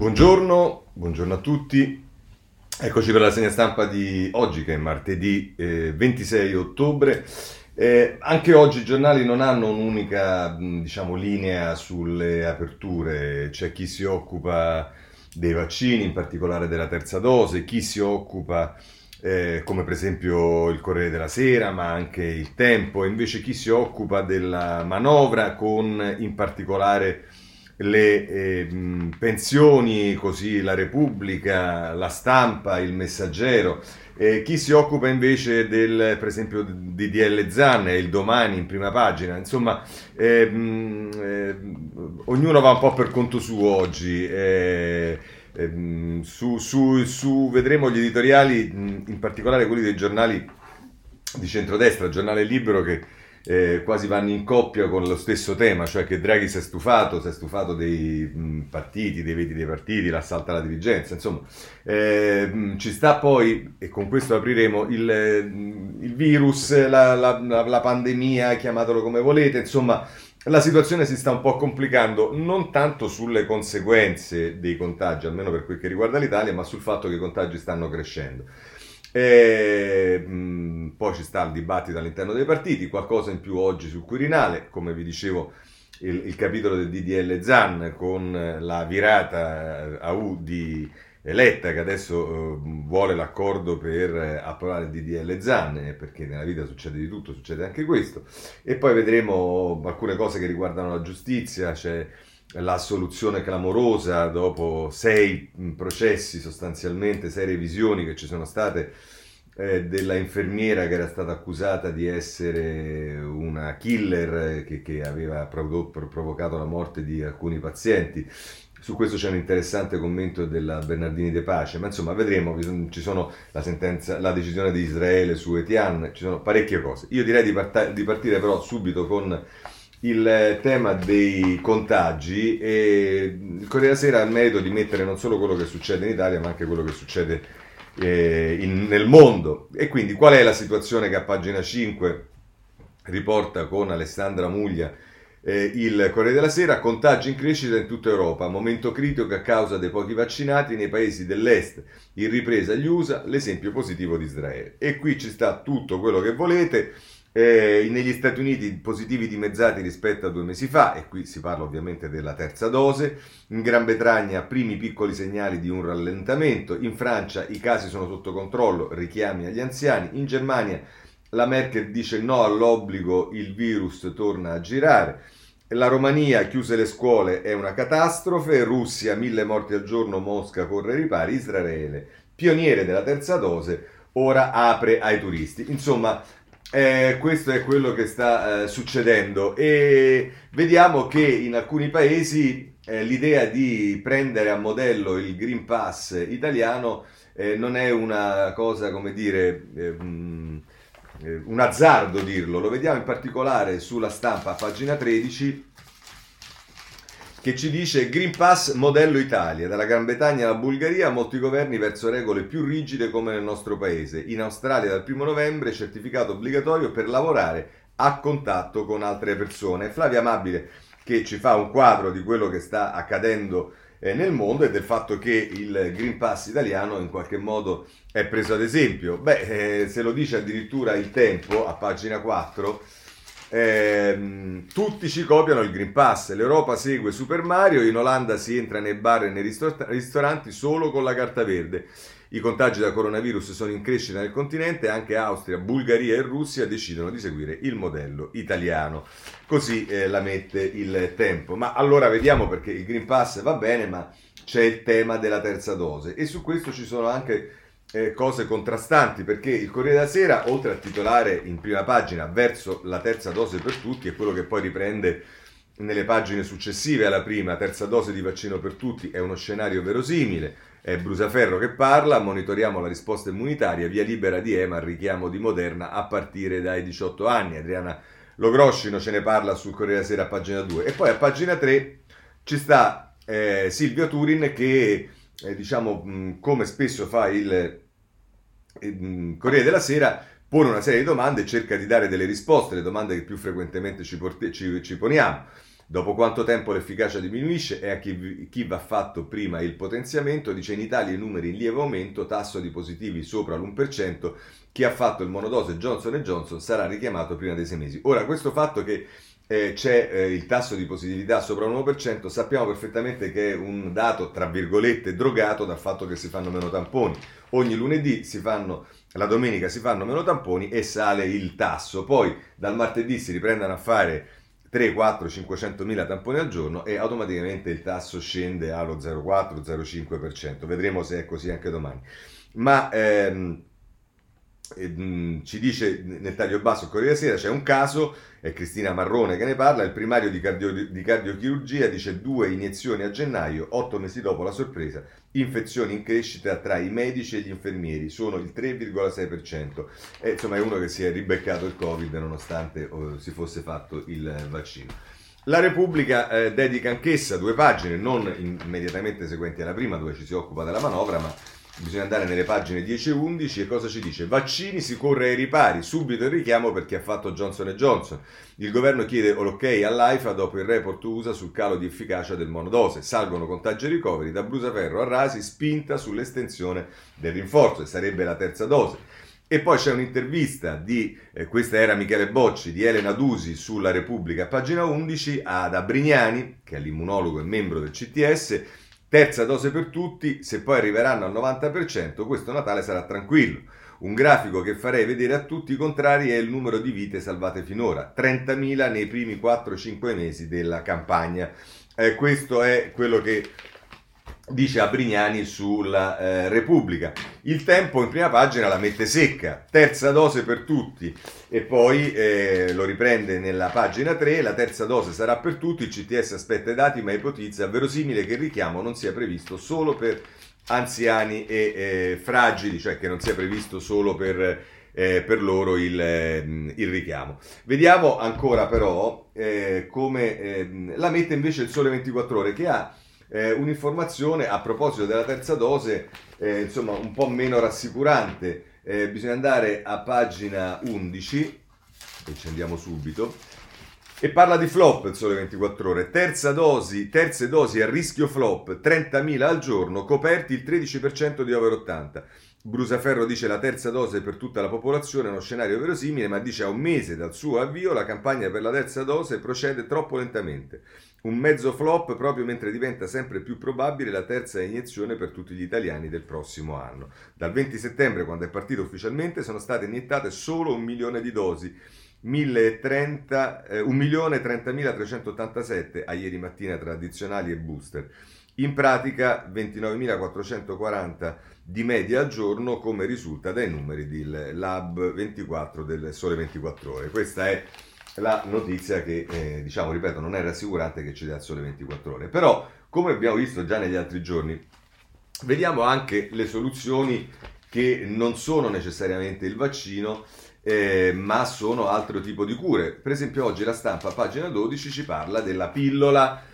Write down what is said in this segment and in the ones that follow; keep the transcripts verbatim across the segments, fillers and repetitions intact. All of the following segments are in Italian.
Buongiorno, buongiorno a tutti. Eccoci per la segna stampa di oggi, che è martedì eh, ventisei ottobre. Eh, anche oggi i giornali non hanno un'unica, mh, diciamo, linea sulle aperture. C'è chi si occupa dei vaccini, in particolare della terza dose, chi si occupa, eh, come per esempio il Corriere della Sera, ma anche il Tempo, e invece chi si occupa della manovra con in particolare le eh, mh, pensioni, così la Repubblica, la Stampa, il Messaggero. Eh, chi si occupa invece del, per esempio, di D L Zan e il Domani in prima pagina. Insomma, eh, mh, eh, ognuno va un po' per conto suo oggi. Eh, ehm, su, su, su- vedremo gli editoriali, mh, in particolare quelli dei giornali di centrodestra, Giornale Libero, che eh, quasi vanno in coppia con lo stesso tema, cioè che Draghi si è stufato, si è stufato dei mh, partiti, dei veti dei partiti, l'assalto alla dirigenza, insomma. Eh, mh, ci sta poi, e con questo apriremo, il, il virus, la, la, la, la pandemia, chiamatelo come volete, insomma. La situazione si sta un po' complicando, non tanto sulle conseguenze dei contagi, almeno per quel che riguarda l'Italia, ma sul fatto che i contagi stanno crescendo. E, mh, poi ci sta il dibattito all'interno dei partiti, qualcosa in più oggi sul Quirinale, come vi dicevo, il, il capitolo del D D L Zan con la virata a U di Letta, che adesso eh, vuole l'accordo per eh, approvare il D D L Zan, eh, perché nella vita succede di tutto, succede anche questo. E poi vedremo alcune cose che riguardano la giustizia. C'è la soluzione clamorosa dopo sei processi, sostanzialmente sei revisioni che ci sono state, eh, della infermiera che era stata accusata di essere una killer, eh, che, che aveva prodotto, provocato la morte di alcuni pazienti. Su questo c'è un interessante commento della Bernardini De Pace, ma insomma vedremo. Ci sono la sentenza, la decisione di Israele su Etienne, ci sono parecchie cose. Io direi di, part- di partire però subito con il tema dei contagi, e il Corriere della Sera ha il merito di mettere non solo quello che succede in Italia, ma anche quello che succede eh, in, nel mondo. E quindi qual è la situazione che a pagina cinque riporta con Alessandra Muglia eh, il Corriere della Sera? Contagi in crescita in tutta Europa, momento critico a causa dei pochi vaccinati nei paesi dell'est, in ripresa gli U S A, l'esempio positivo di Israele. E qui ci sta tutto quello che volete. Eh, negli Stati Uniti positivi dimezzati rispetto a due mesi fa, e qui si parla ovviamente della terza dose. In Gran Bretagna primi piccoli segnali di un rallentamento. In Francia i casi sono sotto controllo, richiami agli anziani. In Germania la Merkel dice no all'obbligo, il virus torna a girare. La Romania, chiuse le scuole, è una catastrofe. Russia, mille morti al giorno, Mosca corre ai ripari. Israele, pioniere della terza dose, ora apre ai turisti. Insomma, Eh, questo è quello che sta eh, succedendo, e vediamo che in alcuni paesi eh, l'idea di prendere a modello il Green Pass italiano eh, non è una cosa, come dire, eh, mh, eh, un azzardo dirlo. Lo vediamo in particolare sulla Stampa, a pagina tredici, che ci dice Green Pass modello Italia, dalla Gran Bretagna alla Bulgaria, molti governi verso regole più rigide come nel nostro paese. In Australia dal primo novembre certificato obbligatorio per lavorare a contatto con altre persone. Flavia Amabile, che ci fa un quadro di quello che sta accadendo eh, nel mondo, e del fatto che il Green Pass italiano in qualche modo è preso ad esempio. Beh, eh, se lo dice addirittura il Tempo, a pagina quattro, Eh, tutti ci copiano il Green Pass, l'Europa segue Super Mario, in Olanda si entra nei bar e nei ristor- ristoranti solo con la carta verde. I contagi da coronavirus sono in crescita nel continente, anche Austria, Bulgaria e Russia decidono di seguire il modello italiano. Così eh, la mette il Tempo. Ma allora vediamo, perché il Green Pass va bene, ma c'è il tema della terza dose, e su questo ci sono anche Eh, cose contrastanti, perché il Corriere della Sera, oltre a titolare in prima pagina verso la terza dose per tutti, è quello che poi riprende nelle pagine successive alla prima: terza dose di vaccino per tutti, è uno scenario verosimile. È Brusaferro che parla: monitoriamo la risposta immunitaria, via libera di EMA al richiamo di Moderna a partire dai diciotto anni. Adriana Logroscino ce ne parla sul Corriere della Sera a pagina due. E poi a pagina tre ci sta eh, Silvio Turin che, eh, diciamo, mh, come spesso fa il Corriere della Sera, pone una serie di domande e cerca di dare delle risposte, le domande che più frequentemente ci, porti- ci, ci poniamo. Dopo quanto tempo l'efficacia diminuisce e a chi, chi va fatto prima il potenziamento. Dice in Italia i numeri in lieve aumento, tasso di positivi sopra l'uno per cento, chi ha fatto il monodose Johnson and Johnson sarà richiamato prima dei sei mesi. Ora, questo fatto che eh, c'è eh, il tasso di positività sopra l'uno per cento, sappiamo perfettamente che è un dato, tra virgolette, drogato dal fatto che si fanno meno tamponi. Ogni lunedì si fanno, la domenica si fanno meno tamponi e sale il tasso. Poi dal martedì si riprendono a fare tre, quattro, cinquecentomila tamponi al giorno e automaticamente il tasso scende allo zero virgola quattro zero virgola cinque per cento. Vedremo se è così anche domani. Ma ehm, ehm, ci dice nel taglio basso il Corriere della Sera, c'è un caso, è Cristina Marrone che ne parla, il primario di, cardio, di cardiochirurgia dice due iniezioni a gennaio, otto mesi dopo la sorpresa, infezioni in crescita tra i medici e gli infermieri, sono il tre virgola sei per cento. E, insomma, è uno che si è ribeccato il Covid nonostante oh, si fosse fatto il vaccino. La Repubblica eh, dedica anch'essa due pagine, non immediatamente seguenti alla prima, dove ci si occupa della manovra, ma bisogna andare nelle pagine dieci e undici. E cosa ci dice? Vaccini, si corre ai ripari, subito il richiamo per chi ha fatto Johnson and Johnson. Il governo chiede l'ok all'AIFA dopo il report U S A sul calo di efficacia del monodose. Salgono contagi e ricoveri, da Brusaferro a Rasi, spinta sull'estensione del rinforzo, e sarebbe la terza dose. E poi c'è un'intervista di, eh, questa era Michele Bocci, di Elena Dusi sulla Repubblica, pagina undici, ad Abrignani, che è l'immunologo e membro del C T S. Terza dose per tutti, se poi arriveranno al novanta per cento, questo Natale sarà tranquillo. Un grafico che farei vedere a tutti i contrari è il numero di vite salvate finora, trentamila nei primi quattro cinque mesi della campagna. Eh, questo è quello che dice Abrignani sulla eh, Repubblica. Il Tempo in prima pagina la mette secca, terza dose per tutti, e poi eh, lo riprende nella pagina tre, la terza dose sarà per tutti, il C T S aspetta i dati ma ipotizza verosimile che il richiamo non sia previsto solo per anziani e eh, fragili, cioè che non sia previsto solo per, eh, per loro il, eh, il richiamo. Vediamo ancora però eh, come eh, la mette invece il Sole ventiquattro Ore, che ha Eh, un'informazione a proposito della terza dose, eh, insomma un po' meno rassicurante. Eh, bisogna andare a pagina undici, e ci andiamo subito, e parla di flop il Sole ventiquattro Ore. Terza dosi, terze dosi a rischio flop, trentamila al giorno, coperti il tredici per cento di over ottanta. Brusaferro dice la terza dose per tutta la popolazione è uno scenario verosimile, ma dice a un mese dal suo avvio la campagna per la terza dose procede troppo lentamente. Un mezzo flop proprio mentre diventa sempre più probabile la terza iniezione per tutti gli italiani del prossimo anno. Dal venti settembre, quando è partito ufficialmente, sono state iniettate solo un milione di dosi, eh, un milione trentamilatrecentottantasette a ieri mattina tra addizionali e booster. In pratica ventinovemilaquattrocentoquaranta di media al giorno, come risulta dai numeri del Lab ventiquattro del Sole ventiquattro Ore. Questa è la notizia che, eh, diciamo, ripeto, non è rassicurante, che ci dà il Sole ventiquattro Ore. Però, come abbiamo visto già negli altri giorni, vediamo anche le soluzioni che non sono necessariamente il vaccino, eh, ma sono altro tipo di cure. Per esempio oggi La Stampa, pagina dodici, ci parla della pillola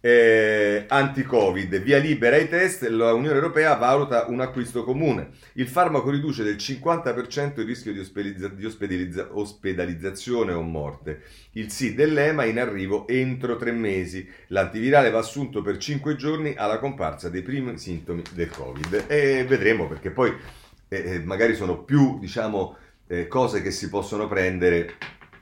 Eh, anti-Covid, via libera ai test, l'Unione Europea valuta un acquisto comune. Il farmaco riduce del cinquanta per cento il rischio di, ospedalizza- di ospedalizza- ospedalizzazione o morte. Il sì dell'E M A in arrivo entro tre mesi. L'antivirale va assunto per cinque giorni alla comparsa dei primi sintomi del Covid. E vedremo, perché poi eh, magari sono più, diciamo, eh, cose che si possono prendere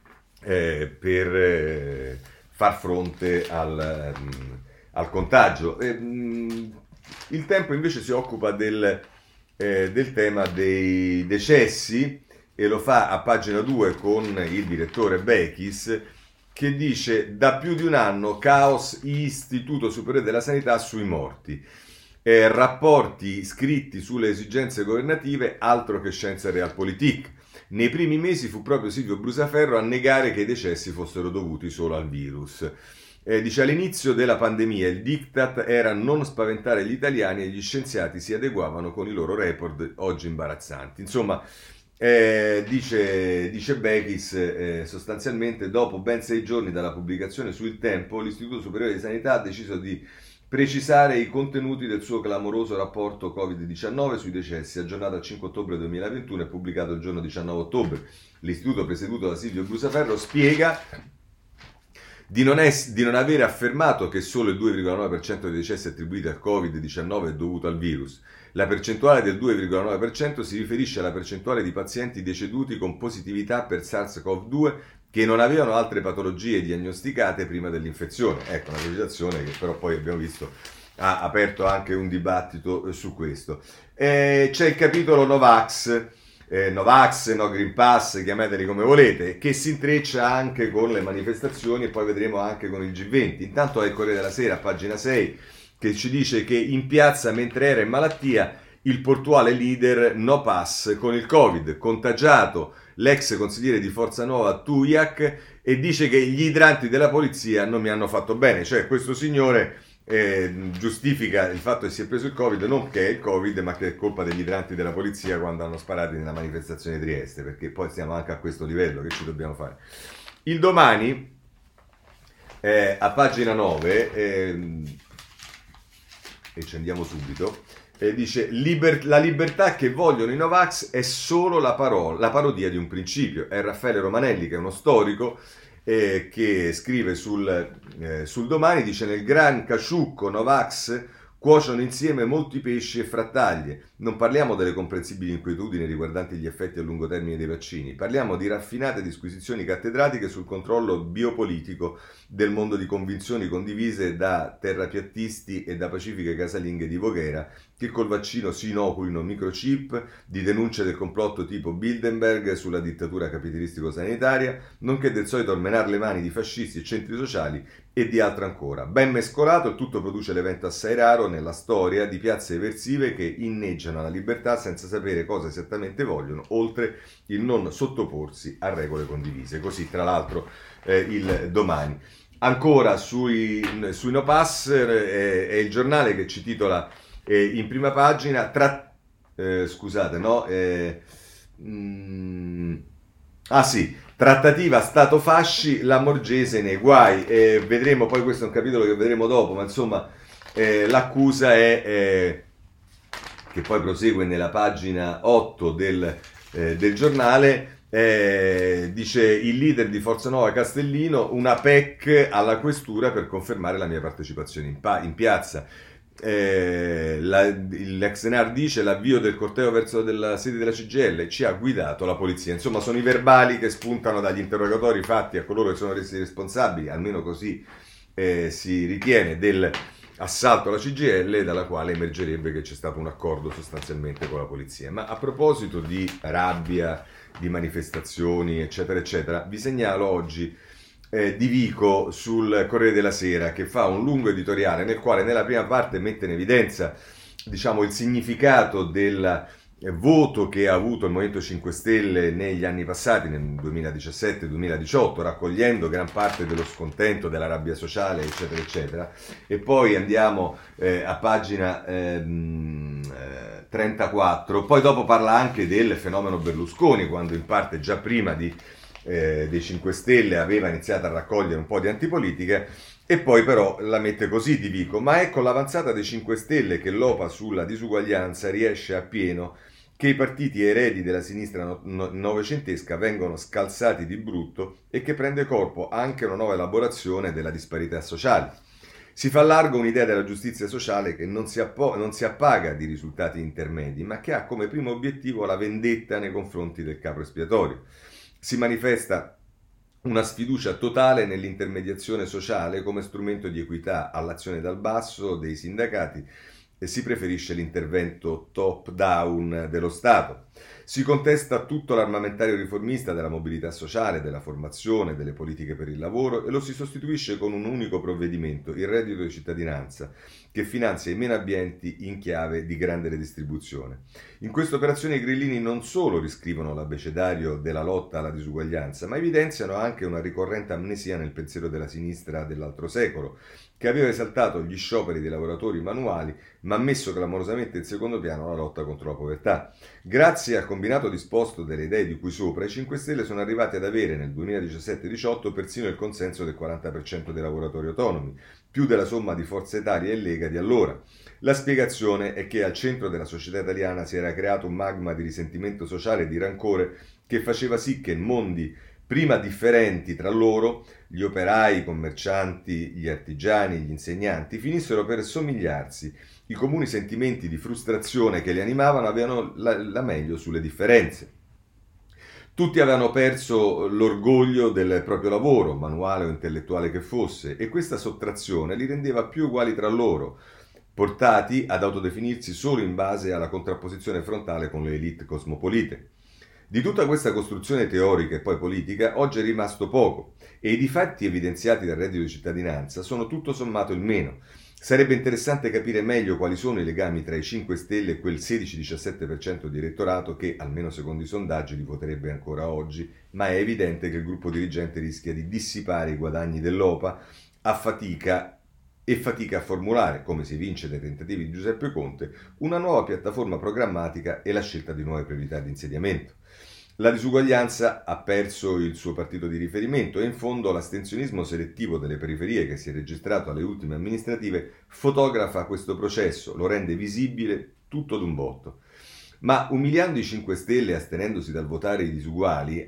eh, per... Eh, far fronte al, um, al contagio. E, um, il Tempo invece si occupa del, eh, del tema dei decessi, e lo fa a pagina due con il direttore Bechis, che dice: da più di un anno caos Istituto Superiore della Sanità sui morti. Eh, rapporti scritti sulle esigenze governative, altro che scienza realpolitik. Nei primi mesi fu proprio Silvio Brusaferro a negare che i decessi fossero dovuti solo al virus. Eh, dice: all'inizio della pandemia il diktat era non spaventare gli italiani e gli scienziati si adeguavano con i loro report oggi imbarazzanti. Insomma, eh, dice, dice Bechis, eh, sostanzialmente dopo ben sei giorni dalla pubblicazione su Il Tempo, l'Istituto Superiore di Sanità ha deciso di precisare i contenuti del suo clamoroso rapporto covid diciannove sui decessi, aggiornato al cinque ottobre duemilaventuno e pubblicato il giorno diciannove ottobre. L'istituto presieduto da Silvio Brusaferro spiega di non, es- di non avere affermato che solo il due virgola nove per cento dei decessi attribuiti al covid diciannove è dovuto al virus. La percentuale del due virgola nove per cento si riferisce alla percentuale di pazienti deceduti con positività per SARS-CoV due che non avevano altre patologie diagnosticate prima dell'infezione. Ecco, una precisazione che però poi abbiamo visto ha aperto anche un dibattito su questo. Eh, c'è il capitolo Novax, eh, Novax, No Green Pass, chiamateli come volete, che si intreccia anche con le manifestazioni e poi vedremo anche con il G venti. Intanto è il Corriere della Sera, pagina sei, che ci dice che in piazza mentre era in malattia il portuale leader no pass con il Covid, contagiato l'ex consigliere di Forza Nuova Tujak e dice che gli idranti della polizia non mi hanno fatto bene, cioè questo signore eh, giustifica il fatto che si è preso il Covid, non che è il Covid ma che è colpa degli idranti della polizia quando hanno sparato nella manifestazione di Trieste, perché poi stiamo anche a questo livello, che ci dobbiamo fare. Il Domani eh, a pagina nove eh, e ci andiamo subito, eh, dice liber- la libertà che vogliono i Novax è solo la, parola, la parodia di un principio. È Raffaele Romanelli, che è uno storico, eh, che scrive sul, eh, sul Domani, dice: nel gran casciucco Novax cuociono insieme molti pesci e frattaglie. Non parliamo delle comprensibili inquietudini riguardanti gli effetti a lungo termine dei vaccini, parliamo di raffinate disquisizioni cattedratiche sul controllo biopolitico del mondo di convinzioni condivise da terrapiattisti e da pacifiche casalinghe di Voghera, che col vaccino si inoculino microchip, di denunce del complotto tipo Bilderberg sulla dittatura capitalistico-sanitaria, nonché del solito almenare le mani di fascisti e centri sociali e di altro ancora. Ben mescolato, il tutto produce l'evento assai raro nella storia di piazze eversive che inneggiano alla libertà senza sapere cosa esattamente vogliono, oltre il non sottoporsi a regole condivise. Così, tra l'altro, eh, il Domani. Ancora sui, sui No Pass eh, è il Giornale che ci titola eh, in prima pagina, tra, eh, scusate, no? Eh, mm, ah sì, trattativa Stato-Fasci, la Morgese nei guai. Eh, vedremo, poi questo è un capitolo che vedremo dopo, ma insomma eh, l'accusa è, eh, che poi prosegue nella pagina otto del, eh, del Giornale. Eh, dice il leader di Forza Nuova Castellino, una P E C alla questura per confermare la mia partecipazione in, pa- in piazza. Eh, la, l'ex Enar dice l'avvio del corteo verso la sede della C G I L ci ha guidato la polizia. Insomma, sono i verbali che spuntano dagli interrogatori fatti a coloro che sono resi responsabili, almeno così eh, si ritiene, del assalto alla C G I L, dalla quale emergerebbe che c'è stato un accordo sostanzialmente con la polizia. Ma a proposito di rabbia, di manifestazioni, eccetera, eccetera, vi segnalo oggi eh, Di Vico sul Corriere della Sera, che fa un lungo editoriale nel quale nella prima parte mette in evidenza, diciamo, il significato del voto che ha avuto il Movimento cinque Stelle negli anni passati, nel duemiladiciassette duemiladiciotto, raccogliendo gran parte dello scontento, della rabbia sociale, eccetera, eccetera. E poi andiamo eh, a pagina ehm, eh, trentaquattro, poi dopo parla anche del fenomeno Berlusconi, quando in parte già prima di, eh, dei cinque Stelle aveva iniziato a raccogliere un po' di antipolitica. E poi però la mette così Di Vico: ma è con l'avanzata dei cinque Stelle che l'O P A sulla disuguaglianza riesce appieno che i partiti eredi della sinistra no- no- novecentesca vengono scalzati di brutto e che prende corpo anche una nuova elaborazione della disparità sociale. Si fa largo un'idea della giustizia sociale che non si, appo- non si appaga di risultati intermedi, ma che ha come primo obiettivo la vendetta nei confronti del capo espiatorio. Si manifesta una sfiducia totale nell'intermediazione sociale come strumento di equità all'azione dal basso dei sindacati e si preferisce l'intervento top-down dello Stato. Si contesta tutto l'armamentario riformista della mobilità sociale, della formazione, delle politiche per il lavoro e lo si sostituisce con un unico provvedimento, il reddito di cittadinanza, che finanzia i meno abbienti in chiave di grande redistribuzione. In questa operazione i grillini non solo riscrivono l'abbecedario della lotta alla disuguaglianza, ma evidenziano anche una ricorrente amnesia nel pensiero della sinistra dell'altro secolo, che aveva esaltato gli scioperi dei lavoratori manuali, ma messo clamorosamente in secondo piano la lotta contro la povertà. Grazie al combinato disposto delle idee di cui sopra, i cinque Stelle sono arrivati ad avere nel duemiladiciassette diciotto persino il consenso del quaranta per cento dei lavoratori autonomi, più della somma di Forza Italia e Lega di allora. La spiegazione è che al centro della società italiana si era creato un magma di risentimento sociale e di rancore che faceva sì che mondi prima differenti tra loro, gli operai, i commercianti, gli artigiani, gli insegnanti, finissero per somigliarsi. I comuni sentimenti di frustrazione che li animavano avevano la, la meglio sulle differenze. Tutti avevano perso l'orgoglio del proprio lavoro, manuale o intellettuale che fosse, e questa sottrazione li rendeva più uguali tra loro, portati ad autodefinirsi solo in base alla contrapposizione frontale con le elite cosmopolite. Di tutta questa costruzione teorica e poi politica oggi è rimasto poco, e i difetti evidenziati dal reddito di cittadinanza sono tutto sommato il meno. Sarebbe interessante capire meglio quali sono i legami tra i cinque Stelle e quel sedici diciassette per cento di elettorato che, almeno secondo i sondaggi, li voterebbe ancora oggi, ma è evidente che il gruppo dirigente rischia di dissipare i guadagni dell'O P A a fatica e fatica a formulare, come si evince dai tentativi di Giuseppe Conte, una nuova piattaforma programmatica e la scelta di nuove priorità di insediamento. La disuguaglianza ha perso il suo partito di riferimento e in fondo l'astensionismo selettivo delle periferie che si è registrato alle ultime amministrative fotografa questo processo, lo rende visibile tutto d'un botto. Ma umiliando i cinque Stelle e astenendosi dal votare i disuguali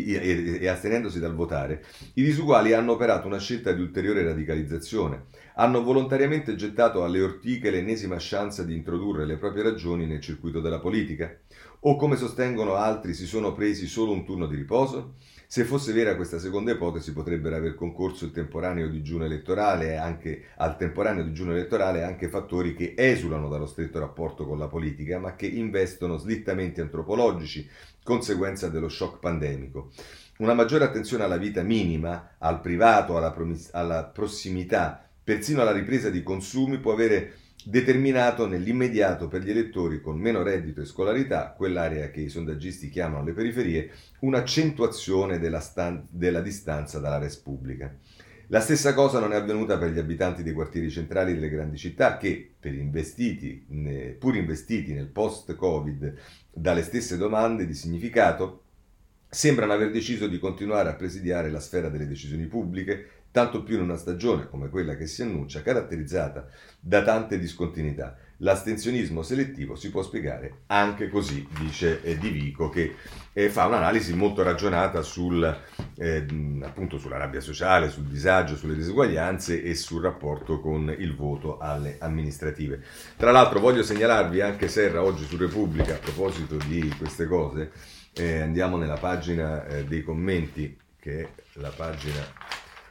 e astenendosi dal votare, i disuguali hanno operato una scelta di ulteriore radicalizzazione. Hanno volontariamente gettato alle ortiche l'ennesima chance di introdurre le proprie ragioni nel circuito della politica? O, come sostengono altri, si sono presi solo un turno di riposo? Se fosse vera questa seconda ipotesi, potrebbero aver concorso il temporaneo digiuno elettorale e anche al temporaneo digiuno elettorale anche fattori che esulano dallo stretto rapporto con la politica, ma che investono slittamenti antropologici, conseguenza dello shock pandemico. Una maggiore attenzione alla vita minima, al privato, alla, promis- alla prossimità, persino alla ripresa di consumi può avere determinato nell'immediato per gli elettori con meno reddito e scolarità, quell'area che i sondaggisti chiamano le periferie, un'accentuazione della, stan- della distanza dalla res pubblica. La stessa cosa non è avvenuta per gli abitanti dei quartieri centrali delle grandi città che, per investiti, ne, pur investiti nel post-Covid dalle stesse domande di significato, sembrano aver deciso di continuare a presidiare la sfera delle decisioni pubbliche, tanto più in una stagione come quella che si annuncia, caratterizzata da tante discontinuità. L'astensionismo selettivo si può spiegare anche così, dice eh, Di Vico, che eh, fa un'analisi molto ragionata sul, eh, appunto sulla rabbia sociale, sul disagio, sulle disuguaglianze e sul rapporto con il voto alle amministrative. Tra l'altro voglio segnalarvi anche Serra oggi su Repubblica, a proposito di queste cose, eh, andiamo nella pagina eh, dei commenti, che è la pagina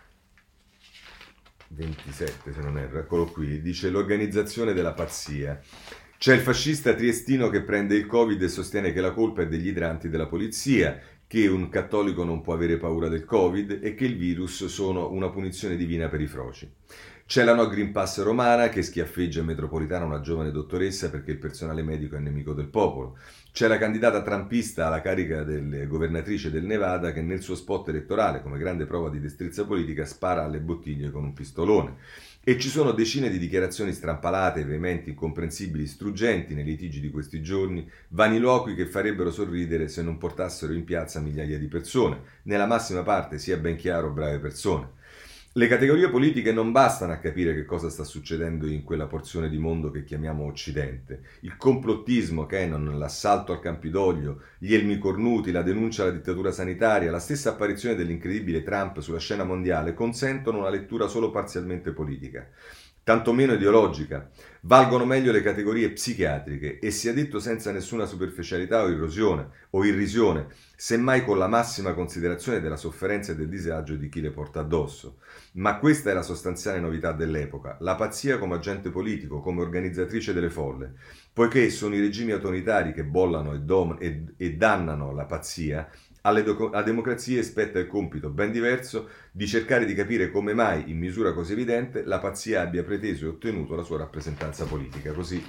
ventisette se non erro, eccolo qui, dice l'organizzazione della pazzia. C'è il fascista triestino che prende il Covid e sostiene che la colpa è degli idranti della polizia, che un cattolico non può avere paura del Covid e che il virus sono una punizione divina per i froci. C'è la no Green Pass romana che schiaffeggia in metropolitana una giovane dottoressa perché il personale medico è nemico del popolo. C'è la candidata trumpista alla carica del governatrice del Nevada che nel suo spot elettorale, come grande prova di destrezza politica, spara alle bottiglie con un pistolone. E ci sono decine di dichiarazioni strampalate, veementi, incomprensibili, struggenti nei litigi di questi giorni, vaniloqui che farebbero sorridere se non portassero in piazza migliaia di persone, nella massima parte, sia ben chiaro, brave persone. Le categorie politiche non bastano a capire che cosa sta succedendo in quella porzione di mondo che chiamiamo Occidente. Il complottismo, Cannon, l'assalto al Campidoglio, gli elmi cornuti, la denuncia alla dittatura sanitaria, la stessa apparizione dell'incredibile Trump sulla scena mondiale consentono una lettura solo parzialmente politica, tanto meno ideologica. Valgono meglio le categorie psichiatriche e sia detto senza nessuna superficialità o irrosione o irrisione, semmai con la massima considerazione della sofferenza e del disagio di chi le porta addosso. Ma questa è la sostanziale novità dell'epoca, la pazzia come agente politico, come organizzatrice delle folle, poiché sono i regimi autoritari che bollano e, dom- e, e dannano la pazzia. Alle do- a democrazie spetta il compito ben diverso di cercare di capire come mai, in misura così evidente, la pazzia abbia preteso e ottenuto la sua rappresentanza politica. Così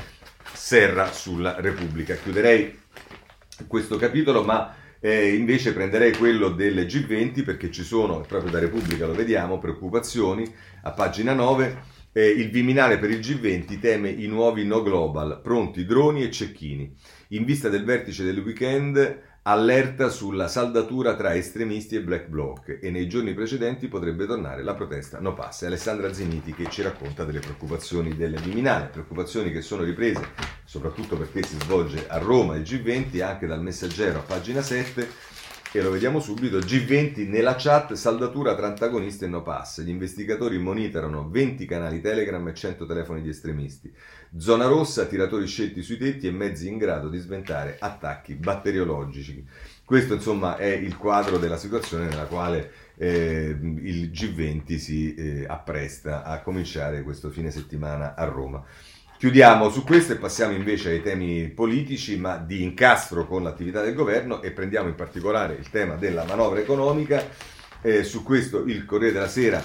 Serra sulla Repubblica. Chiuderei questo capitolo, ma eh, invece prenderei quello del G venti, perché ci sono, proprio da Repubblica lo vediamo, preoccupazioni. A pagina nove, eh, il Viminale per il G venti teme i nuovi no global, pronti droni e cecchini. In vista del vertice del weekend, allerta sulla saldatura tra estremisti e black bloc e nei giorni precedenti potrebbe tornare la protesta no pass. È Alessandra Ziniti che ci racconta delle preoccupazioni del Viminale, preoccupazioni che sono riprese soprattutto perché si svolge a Roma il G venti, anche dal Messaggero a pagina sette, e lo vediamo subito, G venti nella chat, saldatura tra antagonisti e no pass, gli investigatori monitorano venti canali Telegram e cento telefoni di estremisti, zona rossa, tiratori scelti sui tetti e mezzi in grado di sventare attacchi batteriologici. Questo insomma è il quadro della situazione nella quale eh, il G venti si eh, appresta a cominciare questo fine settimana a Roma. Chiudiamo su questo e passiamo invece ai temi politici, ma di incastro con l'attività del governo, e prendiamo in particolare il tema della manovra economica. Eh, su questo il Corriere della Sera,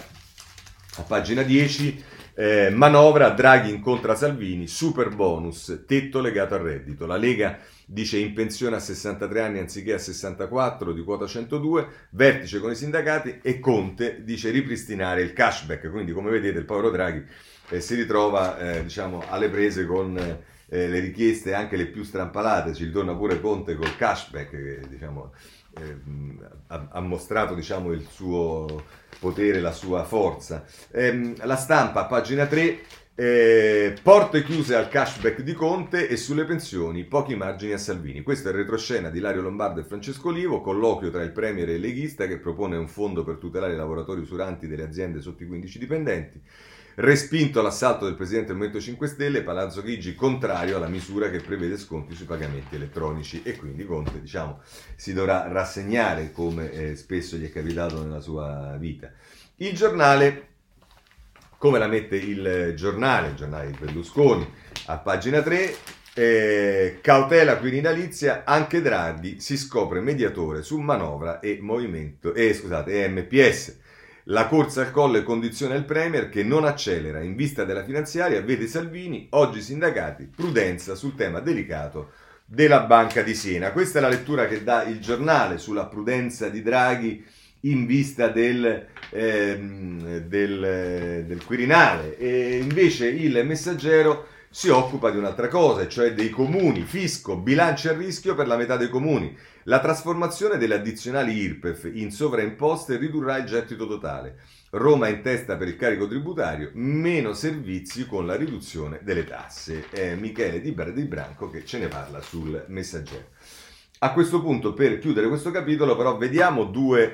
a pagina dieci, eh, manovra, Draghi incontra Salvini, super bonus, tetto legato al reddito. La Lega dice in pensione a sessantatré anni anziché a sessantaquattro di quota centodue, vertice con i sindacati, e Conte dice ripristinare il cashback. Quindi, come vedete, il povero Draghi Eh, si ritrova eh, diciamo alle prese con eh, le richieste anche le più strampalate. Ci ritorna pure Conte col cashback che diciamo, eh, ha, ha mostrato diciamo, il suo potere, la sua forza. Eh, la Stampa, pagina tre, eh, porte chiuse al cashback di Conte e sulle pensioni pochi margini a Salvini. Questo è il retroscena di Ilario Lombardo e Francesco Olivo, colloquio tra il premier e il leghista che propone un fondo per tutelare i lavoratori usuranti delle aziende sotto i quindici dipendenti. Respinto l'assalto del Presidente del Movimento cinque Stelle, Palazzo Chigi contrario alla misura che prevede sconti sui pagamenti elettronici, e quindi Conte diciamo, si dovrà rassegnare, come eh, spesso gli è capitato nella sua vita. Il Giornale, come la mette il giornale, il giornale di Berlusconi, a pagina tre, eh, cautela quirinalizia, anche Draghi si scopre mediatore su manovra e movimento, eh, scusate, e M P S. La corsa al colle condiziona il Premier che non accelera in vista della finanziaria, vede Salvini, oggi sindacati, prudenza sul tema delicato della Banca di Siena. Questa è la lettura che dà il giornale sulla prudenza di Draghi in vista del, ehm, del, del Quirinale, e invece il Messaggero si occupa di un'altra cosa, cioè dei comuni, fisco, bilanci a rischio per la metà dei comuni. La trasformazione delle addizionali I R P E F in sovraimposte ridurrà il gettito totale. Roma in testa per il carico tributario, meno servizi con la riduzione delle tasse. È Michele Di Branco che ce ne parla sul Messaggero. A questo punto, per chiudere questo capitolo, però, vediamo due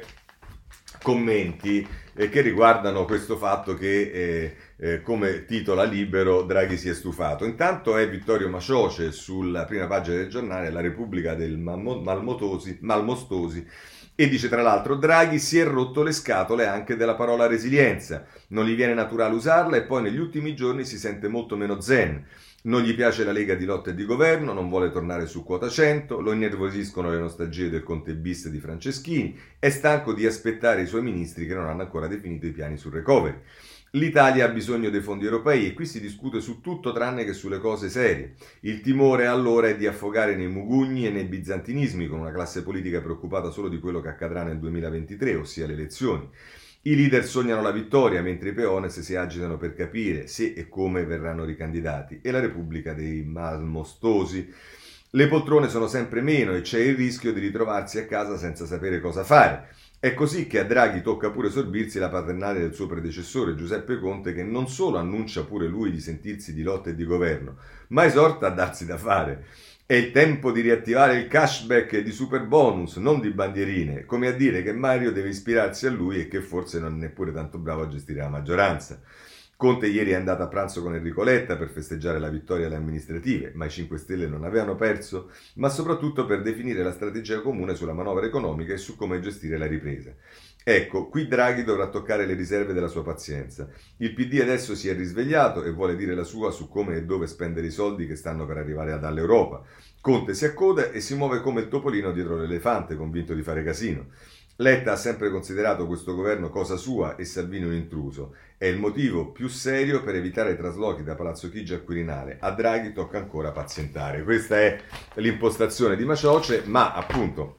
commenti eh, che riguardano questo fatto che, eh, eh, come titola Libero, Draghi si è stufato. Intanto è Vittorio Macioce sulla prima pagina del giornale, La Repubblica del Malmo- Malmotosi, Malmostosi, e dice tra l'altro Draghi si è rotto le scatole anche della parola resilienza, non gli viene naturale usarla e poi negli ultimi giorni si sente molto meno zen. Non gli piace la Lega di lotta e di governo, non vuole tornare su quota cento, lo innervosiscono le nostalgie del Conte bis di Franceschini, è stanco di aspettare i suoi ministri che non hanno ancora definito i piani sul recovery. L'Italia ha bisogno dei fondi europei e qui si discute su tutto tranne che sulle cose serie. Il timore allora è di affogare nei mugugni e nei bizantinismi con una classe politica preoccupata solo di quello che accadrà nel duemilaventitré, ossia le elezioni. I leader sognano la vittoria, mentre i peones si agitano per capire se e come verranno ricandidati. E la Repubblica dei Malmostosi. Le poltrone sono sempre meno e c'è il rischio di ritrovarsi a casa senza sapere cosa fare. È così che a Draghi tocca pure sorbirsi la paternale del suo predecessore Giuseppe Conte, che non solo annuncia pure lui di sentirsi di lotta e di governo, ma esorta a darsi da fare. È il tempo di riattivare il cashback di super bonus, non di bandierine, come a dire che Mario deve ispirarsi a lui e che forse non è neppure tanto bravo a gestire la maggioranza. Conte ieri è andato a pranzo con Enrico Letta per festeggiare la vittoria alle amministrative, ma i cinque Stelle non avevano perso, ma soprattutto per definire la strategia comune sulla manovra economica e su come gestire la ripresa. Ecco, qui Draghi dovrà toccare le riserve della sua pazienza. Il P D adesso si è risvegliato e vuole dire la sua su come e dove spendere i soldi che stanno per arrivare dall'Europa. Conte si accoda e si muove come il topolino dietro l'elefante, convinto di fare casino. Letta ha sempre considerato questo governo cosa sua e Salvini un intruso. È il motivo più serio per evitare traslochi da Palazzo Chigi a Quirinale. A Draghi tocca ancora pazientare. Questa è l'impostazione di Macioce, ma appunto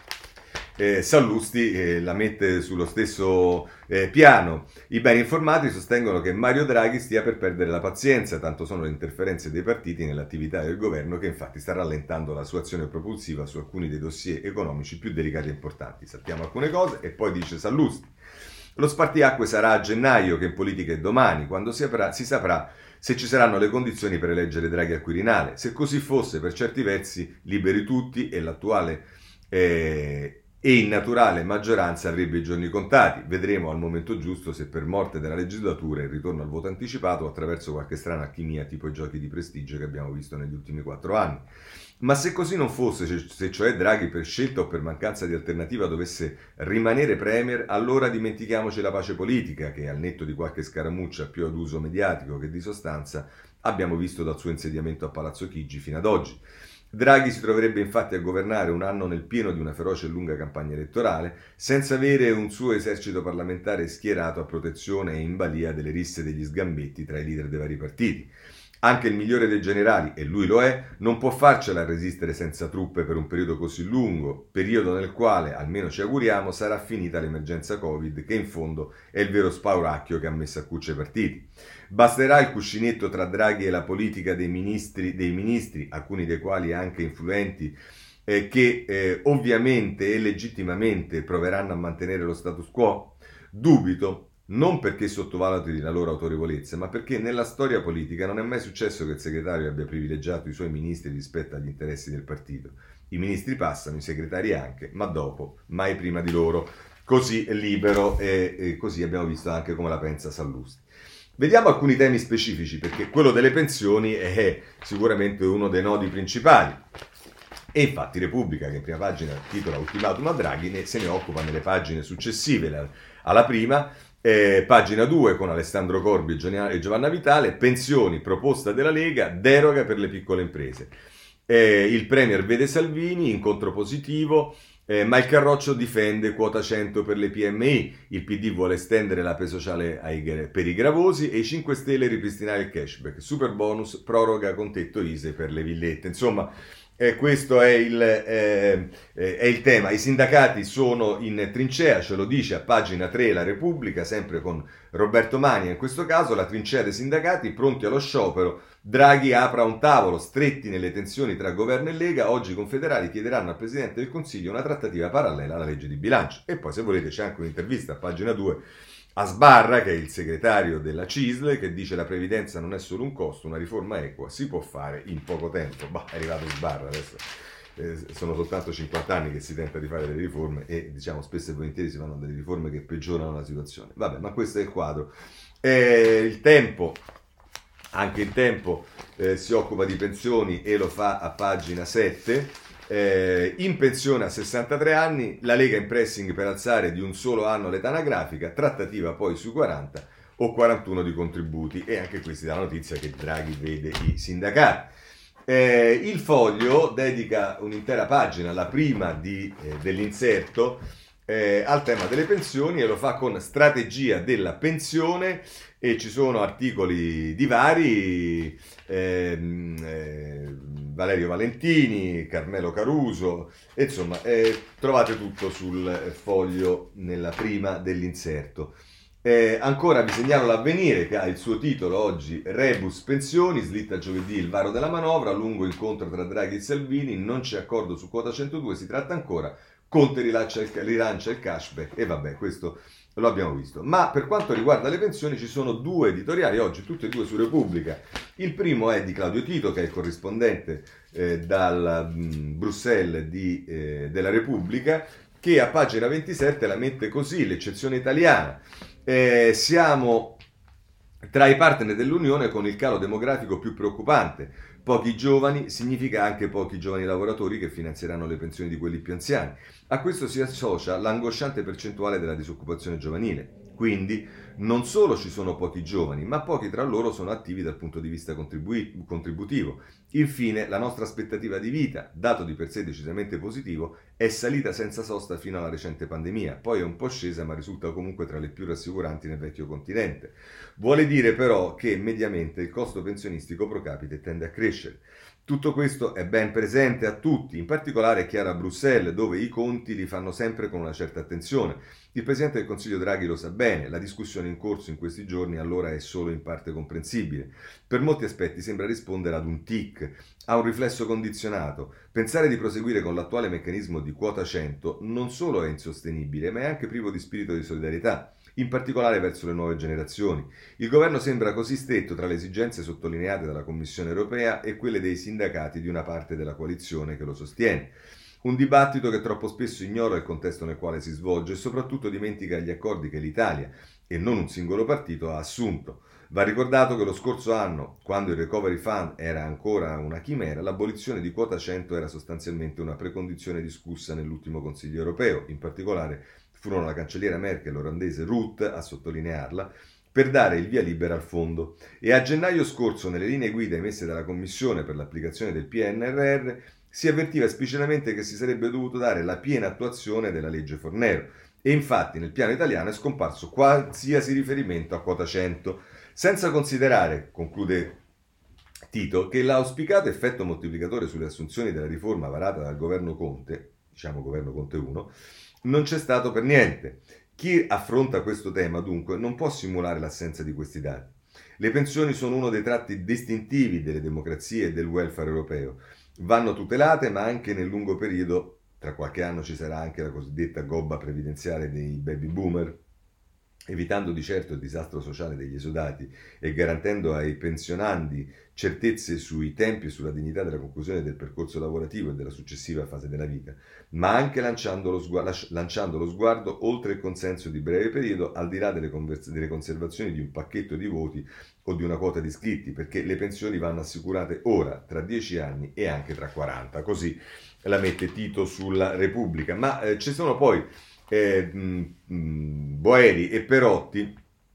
eh, Sallusti eh, la mette sullo stesso eh, piano. I ben informati sostengono che Mario Draghi stia per perdere la pazienza, tanto sono le interferenze dei partiti nell'attività del governo che infatti sta rallentando la sua azione propulsiva su alcuni dei dossier economici più delicati e importanti. Sappiamo alcune cose e poi dice Sallusti. Lo spartiacque sarà a gennaio, che in politica è domani, quando si, avrà, si saprà se ci saranno le condizioni per eleggere Draghi al Quirinale. Se così fosse, per certi versi, liberi tutti e l'attuale eh, e in naturale maggioranza avrebbe i giorni contati. Vedremo al momento giusto se per morte della legislatura il ritorno al voto anticipato o attraverso qualche strana alchimia tipo i giochi di prestigio che abbiamo visto negli ultimi quattro anni. Ma se così non fosse, se cioè Draghi per scelta o per mancanza di alternativa dovesse rimanere premier, allora dimentichiamoci la pace politica che, al netto di qualche scaramuccia più ad uso mediatico che di sostanza, abbiamo visto dal suo insediamento a Palazzo Chigi fino ad oggi. Draghi si troverebbe infatti a governare un anno nel pieno di una feroce e lunga campagna elettorale, senza avere un suo esercito parlamentare schierato a protezione e in balia delle risse degli sgambetti tra i leader dei vari partiti. Anche il migliore dei generali, e lui lo è, non può farcela a resistere senza truppe per un periodo così lungo, periodo nel quale, almeno ci auguriamo, sarà finita l'emergenza Covid, che in fondo è il vero spauracchio che ha messo a cuccia i partiti. Basterà il cuscinetto tra Draghi e la politica dei ministri, dei ministri alcuni dei quali anche influenti, eh, che eh, ovviamente e legittimamente proveranno a mantenere lo status quo? Dubito. Non perché sottovaluti la loro autorevolezza, ma perché nella storia politica non è mai successo che il segretario abbia privilegiato i suoi ministri rispetto agli interessi del partito. I ministri passano, i segretari anche, ma dopo, mai prima di loro. Così è libero e, e così abbiamo visto anche come la pensa Sallusti. Vediamo alcuni temi specifici, perché quello delle pensioni è sicuramente uno dei nodi principali. E infatti Repubblica, che in prima pagina titola Ultimatum a Draghi, ne, se ne occupa nelle pagine successive alla prima. Eh, pagina due con Alessandro Corbi e Giovanna Vitale, pensioni, proposta della Lega, deroga per le piccole imprese. Eh, il Premier vede Salvini, incontro positivo, eh, ma il Carroccio difende quota cento per le P M I, il P D vuole estendere l'ape sociale ai, per i gravosi e i cinque Stelle ripristinare il cashback, super bonus, proroga con tetto I S E E per le villette. Insomma, Eh, questo è il, eh, eh, è il tema. I sindacati sono in trincea, ce lo dice a pagina tre la Repubblica, sempre con Roberto Mania in questo caso, la trincea dei sindacati pronti allo sciopero. Draghi apra un tavolo, stretti nelle tensioni tra governo e Lega, oggi i confederali chiederanno al Presidente del Consiglio una trattativa parallela alla legge di bilancio. E poi se volete c'è anche un'intervista a pagina due a Sbarra, che è il segretario della C I S L, che dice la previdenza non è solo un costo, una riforma equa si può fare in poco tempo. Bah, è arrivato Sbarra, adesso eh, sono soltanto cinquanta anni che si tenta di fare delle riforme e diciamo spesso e volentieri si fanno delle riforme che peggiorano la situazione. Vabbè, ma questo è il quadro. Eh, il Tempo, anche il Tempo eh, si occupa di pensioni e lo fa a pagina sette. Eh, in pensione a sessantatré anni, la Lega in pressing per alzare di un solo anno l'età anagrafica, trattativa poi sui quaranta o quarantuno di contributi, e anche questa è la notizia che Draghi vede i sindacati. Eh, il Foglio dedica un'intera pagina, la prima di, eh, dell'inserto, eh, al tema delle pensioni e lo fa con strategia della pensione e ci sono articoli di vari, ehm, eh, Valerio Valentini, Carmelo Caruso, e insomma eh, trovate tutto sul Foglio nella prima dell'inserto. Eh, ancora vi segnalo l'Avvenire che ha il suo titolo oggi, Rebus pensioni, slitta giovedì il varo della manovra, lungo incontro tra Draghi e Salvini, non c'è accordo su quota centodue, si tratta ancora, Conte rilancia il, rilancia il cashback e vabbè, questo lo abbiamo visto. Ma per quanto riguarda le pensioni ci sono due editoriali oggi, tutti e due su Repubblica. Il primo è di Claudio Tito, che è il corrispondente eh, dal mh, Bruxelles di, eh, della Repubblica, che a pagina ventisette la mette così, l'eccezione italiana. Eh, siamo tra i partner dell'Unione con il calo demografico più preoccupante. Pochi giovani significa anche pochi giovani lavoratori che finanzieranno le pensioni di quelli più anziani. A questo si associa l'angosciante percentuale della disoccupazione giovanile. Quindi non solo ci sono pochi giovani, ma pochi tra loro sono attivi dal punto di vista contribu- contributivo. Infine, la nostra aspettativa di vita, dato di per sé decisamente positivo, è salita senza sosta fino alla recente pandemia, poi è un po' scesa ma risulta comunque tra le più rassicuranti nel vecchio continente. Vuole dire però che mediamente il costo pensionistico pro capite tende a crescere. Tutto questo è ben presente a tutti, in particolare è chiaro a Bruxelles, dove i conti li fanno sempre con una certa attenzione. Il Presidente del Consiglio Draghi lo sa bene, la discussione in corso in questi giorni allora è solo in parte comprensibile. Per molti aspetti sembra rispondere ad un tic, a un riflesso condizionato. Pensare di proseguire con l'attuale meccanismo di quota cento non solo è insostenibile, ma è anche privo di spirito di solidarietà, in particolare verso le nuove generazioni. Il governo sembra così stretto tra le esigenze sottolineate dalla Commissione europea e quelle dei sindacati di una parte della coalizione che lo sostiene. Un dibattito che troppo spesso ignora il contesto nel quale si svolge e soprattutto dimentica gli accordi che l'Italia, e non un singolo partito, ha assunto. Va ricordato che lo scorso anno, quando il Recovery Fund era ancora una chimera, l'abolizione di quota cento era sostanzialmente una precondizione discussa nell'ultimo Consiglio europeo. In particolare furono la cancelliera Merkel e l'olandese Ruth a sottolinearla, per dare il via libera al fondo. E a gennaio scorso, nelle linee guida emesse dalla Commissione per l'applicazione del P N R R, si avvertiva esplicitamente che si sarebbe dovuto dare la piena attuazione della legge Fornero. E infatti nel piano italiano è scomparso qualsiasi riferimento a quota cento, senza considerare, conclude Tito, che l'auspicato effetto moltiplicatore sulle assunzioni della riforma varata dal governo Conte, diciamo governo Conte uno, non c'è stato per niente. Chi affronta questo tema, dunque, non può simulare l'assenza di questi dati. Le pensioni sono uno dei tratti distintivi delle democrazie e del welfare europeo. Vanno tutelate, ma anche nel lungo periodo, tra qualche anno ci sarà anche la cosiddetta gobba previdenziale dei baby boomer, evitando di certo il disastro sociale degli esodati e garantendo ai pensionandi certezze sui tempi e sulla dignità della conclusione del percorso lavorativo e della successiva fase della vita, ma anche lanciando lo, sguardo, lanciando lo sguardo oltre il consenso di breve periodo, al di là delle, convers- delle conservazioni di un pacchetto di voti o di una quota di iscritti, perché le pensioni vanno assicurate ora, tra dieci anni e anche tra quaranta. Così la mette Tito sulla Repubblica. Ma eh, ci sono poi Eh, mh, Boeri e Perotti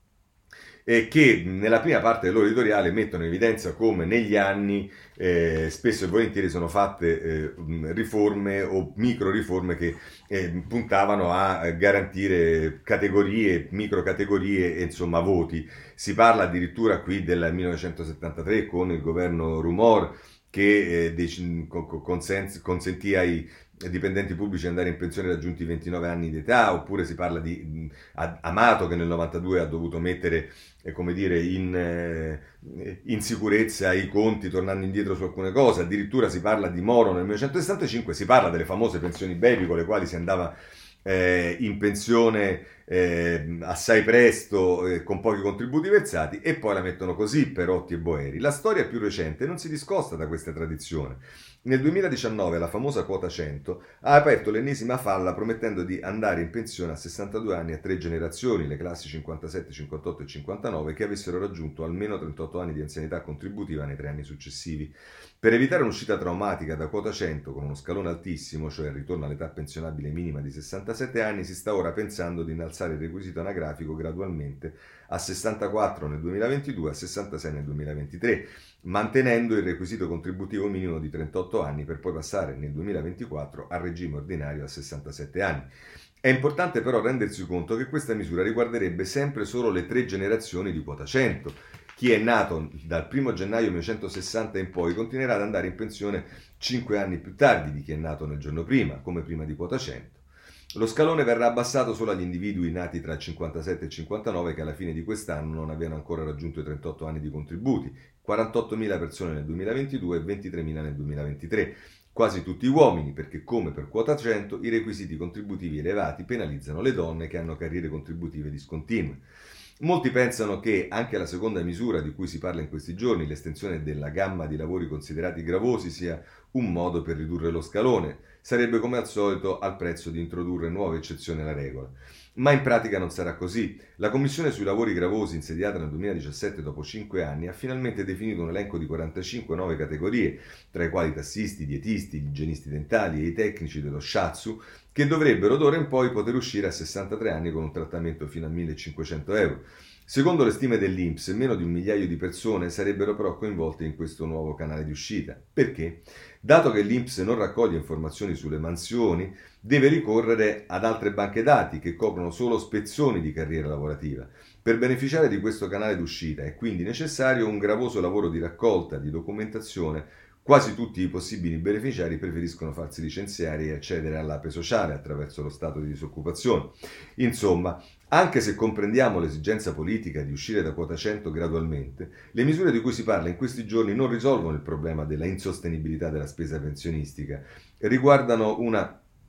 eh, che nella prima parte del loro editoriale mettono in evidenza come negli anni eh, spesso e volentieri sono fatte eh, riforme o micro riforme che eh, puntavano a garantire categorie, microcategorie e insomma voti. Si parla addirittura qui del millenovecentosettantatré con il governo Rumor che eh, dec- consens- consentì ai dipendenti pubblici andare in pensione raggiunti i ventinove anni di età, oppure si parla di mh, Amato che nel novantadue ha dovuto mettere eh, come dire, in, eh, in sicurezza i conti tornando indietro su alcune cose, addirittura si parla di Moro nel millenovecentosessantacinque, si parla delle famose pensioni baby con le quali si andava eh, in pensione eh, assai presto eh, con pochi contributi versati, e poi la mettono così Perotti e Boeri. La storia più recente non si discosta da questa tradizione. Nel duemiladiciannove la famosa quota cento ha aperto l'ennesima falla promettendo di andare in pensione a sessantadue anni a tre generazioni, le classi cinquantasette, cinquantotto e cinquantanove, che avessero raggiunto almeno trentotto anni di anzianità contributiva nei tre anni successivi. Per evitare un'uscita traumatica da quota cento con uno scalone altissimo, cioè il ritorno all'età pensionabile minima di sessantasette anni, si sta ora pensando di innalzare il requisito anagrafico gradualmente a sessantaquattro nel duemilaventidue e a sessantasei nel duemilaventitré, mantenendo il requisito contributivo minimo di trentotto anni per poi passare nel duemilaventiquattro al regime ordinario a sessantasette anni. È importante però rendersi conto che questa misura riguarderebbe sempre solo le tre generazioni di quota cento. Chi è nato dal primo gennaio millenovecentosessanta in poi continuerà ad andare in pensione cinque anni più tardi di chi è nato nel giorno prima, come prima di quota cento. Lo scalone verrà abbassato solo agli individui nati tra il cinquantasette e il cinquantanove che alla fine di quest'anno non avevano ancora raggiunto i trentotto anni di contributi, quarantottomila persone nel duemilaventidue e ventitremila nel duemilaventitré, quasi tutti uomini, perché come per quota cento i requisiti contributivi elevati penalizzano le donne che hanno carriere contributive discontinue. Molti pensano che anche la seconda misura di cui si parla in questi giorni, l'estensione della gamma di lavori considerati gravosi, sia un modo per ridurre lo scalone. Sarebbe come al solito al prezzo di introdurre nuove eccezioni alla regola. Ma in pratica non sarà così. La Commissione sui lavori gravosi, insediata nel duemiladiciassette dopo cinque anni, ha finalmente definito un elenco di quarantacinque nuove categorie, tra i quali tassisti, dietisti, igienisti dentali e i tecnici dello shiatsu, che dovrebbero d'ora in poi poter uscire a sessantatré anni con un trattamento fino a millecinquecento euro. Secondo le stime dell'I N P S, meno di un migliaio di persone sarebbero però coinvolte in questo nuovo canale di uscita. Perché? Dato che l'I N P S non raccoglie informazioni sulle mansioni, deve ricorrere ad altre banche dati che coprono solo spezzoni di carriera lavorativa. Per beneficiare di questo canale d'uscita è quindi necessario un gravoso lavoro di raccolta, di documentazione. Quasi tutti i possibili beneficiari preferiscono farsi licenziare e accedere all'A P E sociale attraverso lo stato di disoccupazione. Insomma, anche se comprendiamo l'esigenza politica di uscire da quota cento gradualmente, le misure di cui si parla in questi giorni non risolvono il problema della insostenibilità della spesa pensionistica, riguardano una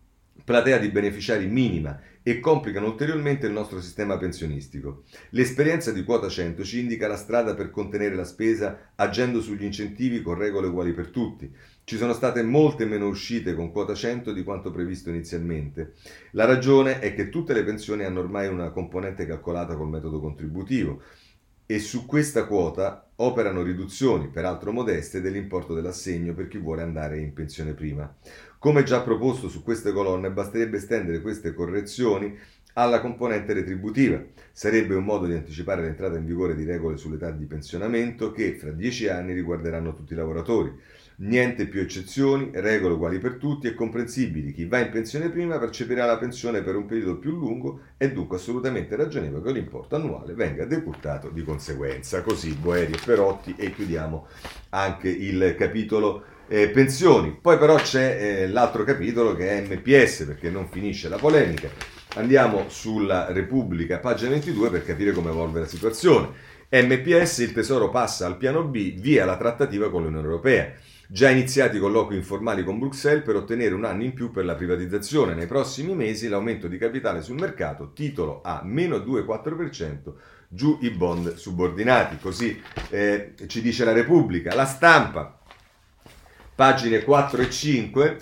platea di beneficiari minima e complicano ulteriormente il nostro sistema pensionistico. L'esperienza di quota cento ci indica la strada per contenere la spesa agendo sugli incentivi con regole uguali per tutti. Ci sono state molte meno uscite con quota cento di quanto previsto inizialmente. La ragione è che tutte le pensioni hanno ormai una componente calcolata col metodo contributivo e su questa quota operano riduzioni, peraltro modeste, dell'importo dell'assegno per chi vuole andare in pensione prima. Come già proposto su queste colonne, basterebbe estendere queste correzioni alla componente retributiva. Sarebbe un modo di anticipare l'entrata in vigore di regole sull'età di pensionamento che fra dieci anni riguarderanno tutti i lavoratori. Niente più eccezioni, regole uguali per tutti e comprensibili. Chi va in pensione prima percepirà la pensione per un periodo più lungo e dunque assolutamente ragionevole che l'importo annuale venga decurtato di conseguenza. Così Boeri e Perotti, e chiudiamo anche il capitolo eh, pensioni. Poi però c'è eh, l'altro capitolo che è M P S, perché non finisce la polemica. Andiamo sulla Repubblica, pagina ventidue, per capire come evolve la situazione. M P S, il Tesoro passa al piano B, via la trattativa con l'Unione Europea. Già iniziati colloqui informali con Bruxelles per ottenere un anno in più per la privatizzazione. Nei prossimi mesi l'aumento di capitale sul mercato, titolo a meno due virgola quattro per cento, giù i bond subordinati. Così eh, ci dice la Repubblica. La Stampa, pagine quattro e cinque.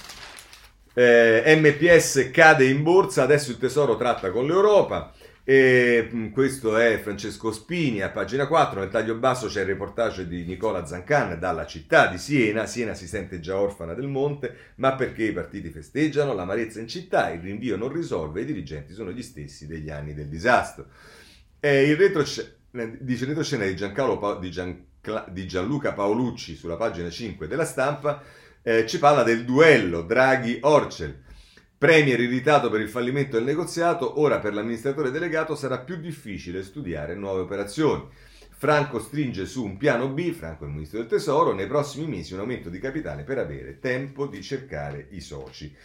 Eh, M P S cade in borsa, adesso il Tesoro tratta con l'Europa. E questo è Francesco Spini a pagina quattro. Nel taglio basso c'è il reportage di Nicola Zancan dalla città di Siena. Siena si sente già orfana del monte, ma perché i partiti festeggiano? L'amarezza in città, il rinvio non risolve, i dirigenti sono gli stessi degli anni del disastro. E il retroscena, dice il retroscena di, Giancarlo, di, Gian, di Gianluca Paolucci sulla pagina cinque della Stampa eh, ci parla del duello Draghi-Orcel. Premier irritato per il fallimento del negoziato, ora per l'amministratore delegato sarà più difficile studiare nuove operazioni. Franco stringe su un piano B, Franco è il ministro del Tesoro, nei prossimi mesi un aumento di capitale per avere tempo di cercare i soci.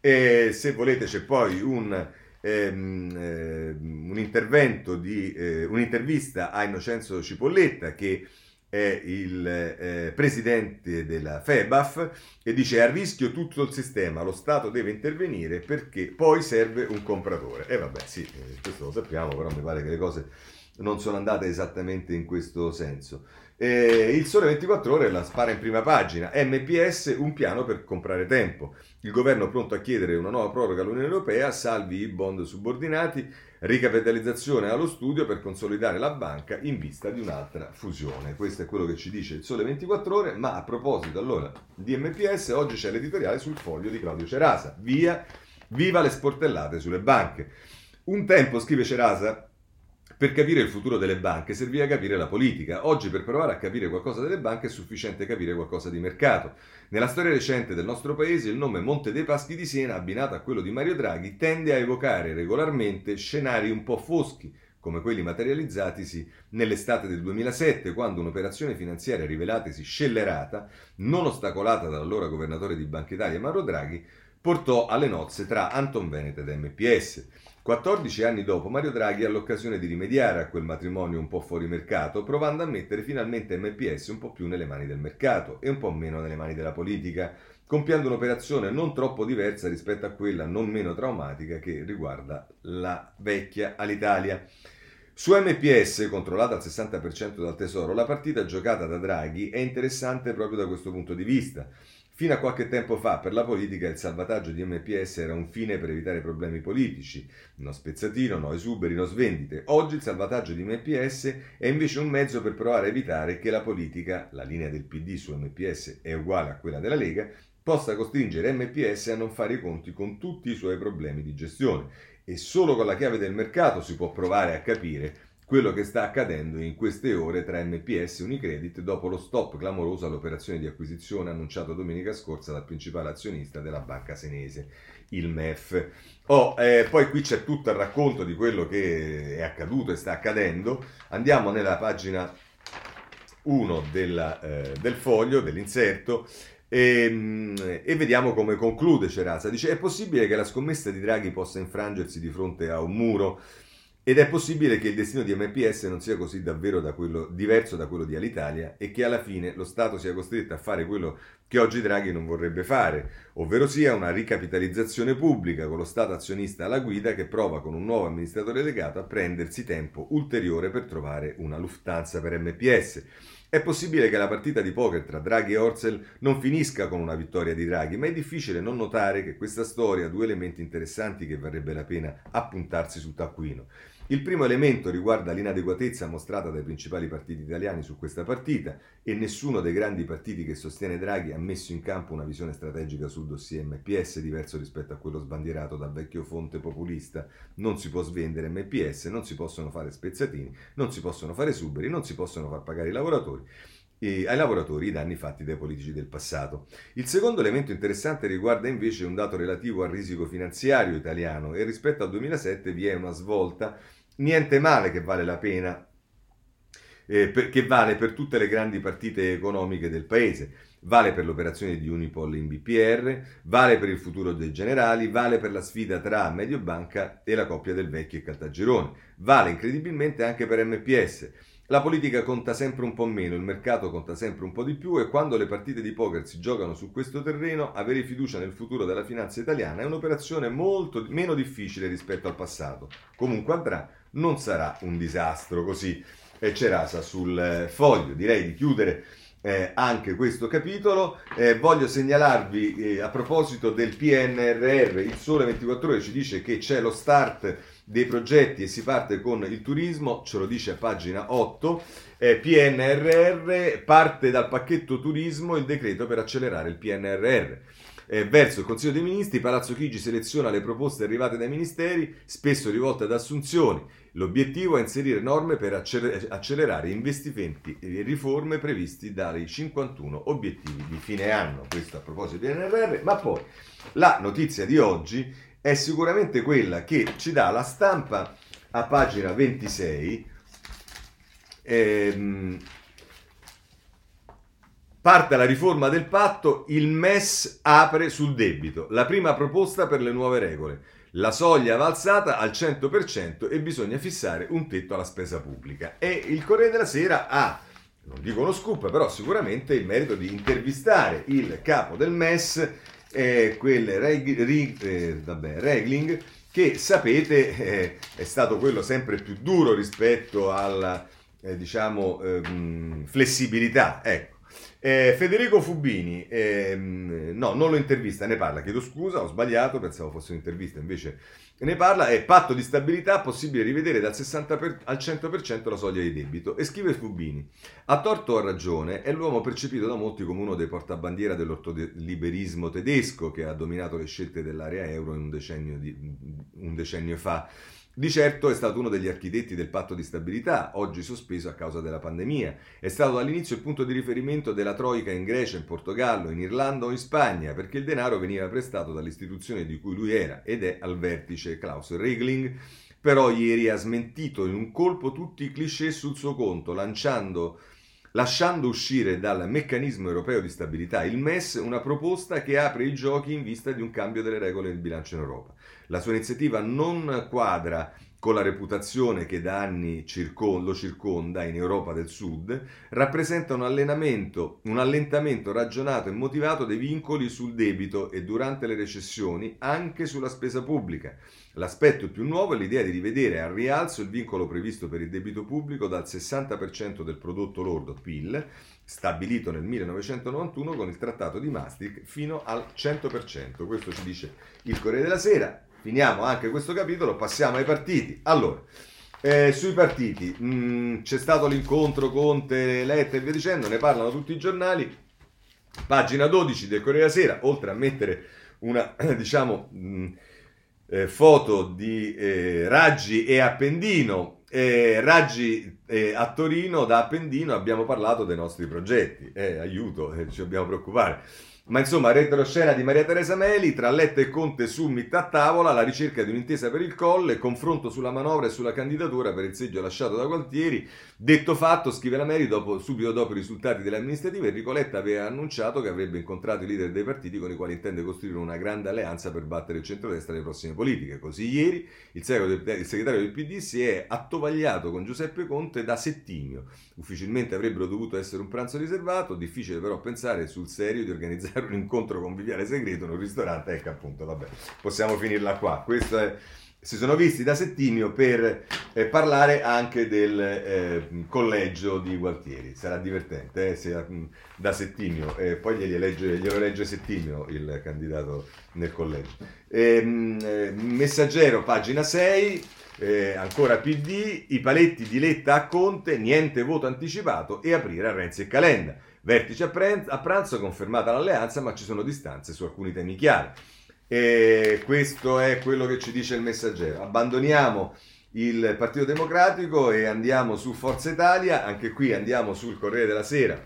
E se volete c'è poi un, ehm, eh, un intervento di eh, un'intervista a Innocenzo Cipolletta, che è il eh, presidente della FEBAF, e dice: a rischio tutto il sistema, lo Stato deve intervenire perché poi serve un compratore. E vabbè, sì, eh, questo lo sappiamo, però mi pare che le cose non sono andate esattamente in questo senso. Eh, il Sole ventiquattro Ore la spara in prima pagina. M P S, un piano per comprare tempo. Il governo pronto a chiedere una nuova proroga all'Unione Europea, salvi i bond subordinati, ricapitalizzazione allo studio per consolidare la banca in vista di un'altra fusione. Questo è quello che ci dice il Sole ventiquattro Ore. Ma a proposito allora di M P S, oggi c'è l'editoriale sul Foglio di Claudio Cerasa. Via, viva le sportellate sulle banche. Un tempo, scrive Cerasa, per capire il futuro delle banche serviva capire la politica. Oggi per provare a capire qualcosa delle banche è sufficiente capire qualcosa di mercato. Nella storia recente del nostro paese il nome Monte dei Paschi di Siena, abbinato a quello di Mario Draghi, tende a evocare regolarmente scenari un po' foschi, come quelli materializzatisi nell'estate del duemilasette, quando un'operazione finanziaria rivelatesi scellerata, non ostacolata dall'allora governatore di Banca Italia Mario Draghi, portò alle nozze tra Antonveneta ed M P S. quattordici anni dopo, Mario Draghi ha l'occasione di rimediare a quel matrimonio un po' fuori mercato, provando a mettere finalmente M P S un po' più nelle mani del mercato e un po' meno nelle mani della politica, compiendo un'operazione non troppo diversa rispetto a quella non meno traumatica che riguarda la vecchia Alitalia. Su M P S, controllata al sessanta per cento dal Tesoro, la partita giocata da Draghi è interessante proprio da questo punto di vista. Fino a qualche tempo fa, per la politica, il salvataggio di M P S era un fine per evitare problemi politici. No spezzatino, no esuberi, no svendite. Oggi il salvataggio di M P S è invece un mezzo per provare a evitare che la politica, la linea del P D su M P S è uguale a quella della Lega, possa costringere M P S a non fare i conti con tutti i suoi problemi di gestione. E solo con la chiave del mercato si può provare a capire quello che sta accadendo in queste ore tra M P S e Unicredit dopo lo stop clamoroso all'operazione di acquisizione annunciato domenica scorsa dal principale azionista della banca senese, il M E F. Oh, eh, poi qui c'è tutto il racconto di quello che è accaduto e sta accadendo. Andiamo nella pagina uno della, eh, del foglio, dell'inserto, e, e vediamo come conclude Cerasa. Dice: è possibile che la scommessa di Draghi possa infrangersi di fronte a un muro? ed è possibile che il destino di M P S non sia così davvero da quello, diverso da quello di Alitalia e che alla fine lo Stato sia costretto a fare quello che oggi Draghi non vorrebbe fare, ovvero sia una ricapitalizzazione pubblica con lo Stato azionista alla guida che prova con un nuovo amministratore delegato a prendersi tempo ulteriore per trovare una Lufthansa per M P S. È possibile che la partita di poker tra Draghi e Orcel non finisca con una vittoria di Draghi, ma è difficile non notare che questa storia ha due elementi interessanti che varrebbe la pena appuntarsi sul taccuino. Il primo elemento riguarda l'inadeguatezza mostrata dai principali partiti italiani su questa partita e nessuno dei grandi partiti che sostiene Draghi ha messo in campo una visione strategica sul dossier M P S diverso rispetto a quello sbandierato dal vecchio fonte populista. Non si può svendere M P S, non si possono fare spezzatini, non si possono fare esuberi, non si possono far pagare i lavoratori. E ai lavoratori i danni fatti dai politici del passato. Il secondo elemento interessante riguarda invece un dato relativo al risico finanziario italiano e rispetto al duemilasette vi è una svolta, niente male che vale la pena, eh, per, che vale per tutte le grandi partite economiche del paese. Vale per l'operazione di Unipol in B P R, vale per il futuro dei generali, vale per la sfida tra Mediobanca e la coppia del Vecchio e Caltagirone, vale incredibilmente anche per M P S. La politica conta sempre un po' meno, il mercato conta sempre un po' di più e quando le partite di poker si giocano su questo terreno, avere fiducia nel futuro della finanza italiana è un'operazione molto meno difficile rispetto al passato. Comunque andrà, non sarà un disastro, così eh, Cerasa sul eh, foglio. Direi di chiudere eh, anche questo capitolo. Eh, voglio segnalarvi eh, a proposito del P N R R, il Sole ventiquattro Ore ci dice che c'è lo start dei progetti e si parte con il turismo, ce lo dice a pagina otto, eh, P N R R parte dal pacchetto turismo il decreto per accelerare il P N R R. Eh, verso il Consiglio dei Ministri, Palazzo Chigi seleziona le proposte arrivate dai ministeri, spesso rivolte ad assunzioni. L'obiettivo è inserire norme per accelerare investimenti e riforme previsti dai cinquantuno obiettivi di fine anno. Questo a proposito di P N R R, ma poi la notizia di oggi è sicuramente quella che ci dà la Stampa a pagina ventisei. Ehm, parte la riforma del patto, il M E S apre sul debito, la prima proposta per le nuove regole. La soglia va alzata al cento per cento e bisogna fissare un tetto alla spesa pubblica. E il Corriere della Sera ha, non dico uno scoop, però sicuramente il merito di intervistare il capo del M E S, eh, quel reg, rig, eh, vabbè, Regling, che sapete eh, è stato quello sempre più duro rispetto alla eh, diciamo ehm, flessibilità, ecco. Eh, Federico Fubini, ehm, no, non lo intervista, ne parla, chiedo scusa, ho sbagliato, pensavo fosse un'intervista, invece ne parla, è patto di stabilità, possibile rivedere dal sessanta per, al cento per cento la soglia di debito. E scrive Fubini, a torto o a ragione, è l'uomo percepito da molti come uno dei portabandiera dell'ortoliberismo tedesco che ha dominato le scelte dell'area euro in un decennio, di, un decennio fa. Di certo è stato uno degli architetti del patto di stabilità, oggi sospeso a causa della pandemia. È stato dall'inizio il punto di riferimento della troica in Grecia, in Portogallo, in Irlanda o in Spagna, perché il denaro veniva prestato dall'istituzione di cui lui era ed è al vertice, Klaus Regling. Però ieri ha smentito in un colpo tutti i cliché sul suo conto, lanciando... lasciando uscire dal meccanismo europeo di stabilità, il M E S, una proposta che apre i giochi in vista di un cambio delle regole del bilancio in Europa. La sua iniziativa non quadra con la reputazione che da anni circon- lo circonda in Europa del Sud, rappresenta un allenamento, un allentamento ragionato e motivato dei vincoli sul debito e durante le recessioni anche sulla spesa pubblica. L'aspetto più nuovo è l'idea di rivedere al rialzo il vincolo previsto per il debito pubblico dal sessanta per cento del prodotto lordo P I L, stabilito nel millenovecentonovantuno con il Trattato di Maastricht, fino al cento per cento. Questo ci dice il Corriere della Sera. Finiamo anche questo capitolo, passiamo ai partiti. Allora, eh, sui partiti, mh, c'è stato l'incontro Conte, Letta e via dicendo, ne parlano tutti i giornali. Pagina dodici del Corriere della Sera, oltre a mettere una, diciamo... Mh, Eh, foto di eh, Raggi e Appendino, eh, Raggi eh, a Torino, da Appendino abbiamo parlato dei nostri progetti, eh, aiuto, eh, ci dobbiamo preoccupare. Ma insomma, retroscena di Maria Teresa Meli, tra Letta e Conte summit a tavola, la ricerca di un'intesa per il Colle, confronto sulla manovra e sulla candidatura per il seggio lasciato da Gualtieri. Detto fatto, scrive la Meli, dopo, subito dopo i risultati delle amministrative, Enrico Letta aveva annunciato che avrebbe incontrato i leader dei partiti con i quali intende costruire una grande alleanza per battere il centrodestra alle prossime politiche. Così ieri il segretario del P D si è attovagliato con Giuseppe Conte da Settimio. Ufficialmente avrebbero dovuto essere un pranzo riservato, difficile però pensare sul serio di organizzare un incontro conviviale segreto in un ristorante. Ecco, appunto, vabbè, possiamo finirla qua. Questo è, si sono visti da Settimio per eh, parlare anche del eh, collegio di Gualtieri. Sarà divertente, eh, se, mh, da Settimio, e eh, poi glielo legge, glielo legge Settimio il candidato nel collegio. E, mh, eh, Messaggero, pagina sei. Eh, ancora P D, i paletti di Letta a Conte, niente voto anticipato e aprire a Renzi e Calenda. Vertice a, pre- a pranzo, confermata l'alleanza, ma ci sono distanze su alcuni temi chiari. E questo è quello che ci dice il Messaggero. Abbandoniamo il Partito Democratico e andiamo su Forza Italia. Anche qui andiamo sul Corriere della Sera,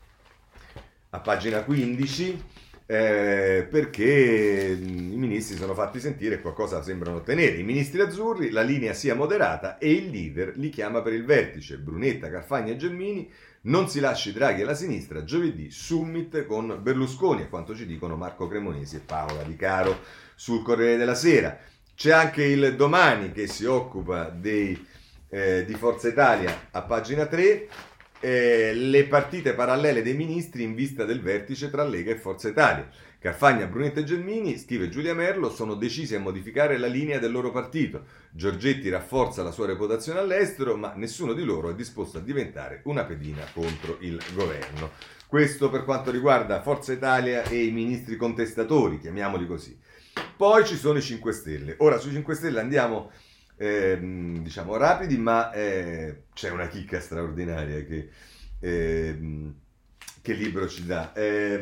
a pagina quindici. Eh, perché i ministri sono fatti sentire e qualcosa sembrano ottenere. I ministri azzurri, la linea sia moderata e il leader li chiama per il vertice. Brunetta, Carfagna e Gelmini, non si lasci Draghi alla sinistra, giovedì summit con Berlusconi, a quanto ci dicono Marco Cremonesi e Paola Di Caro sul Corriere della Sera. C'è anche il Domani che si occupa dei, eh, di Forza Italia a pagina tre. Eh, le partite parallele dei ministri in vista del vertice tra Lega e Forza Italia. Carfagna, Brunetta e Gelmini, scrive Giulia Merlo, sono decisi a modificare la linea del loro partito. Giorgetti rafforza la sua reputazione all'estero, ma nessuno di loro è disposto a diventare una pedina contro il governo. Questo per quanto riguarda Forza Italia e i ministri contestatori, chiamiamoli così. Poi ci sono i cinque Stelle. Ora sui cinque Stelle andiamo Eh, diciamo rapidi, ma eh, c'è una chicca straordinaria che, eh, che Libero ci dà. Eh,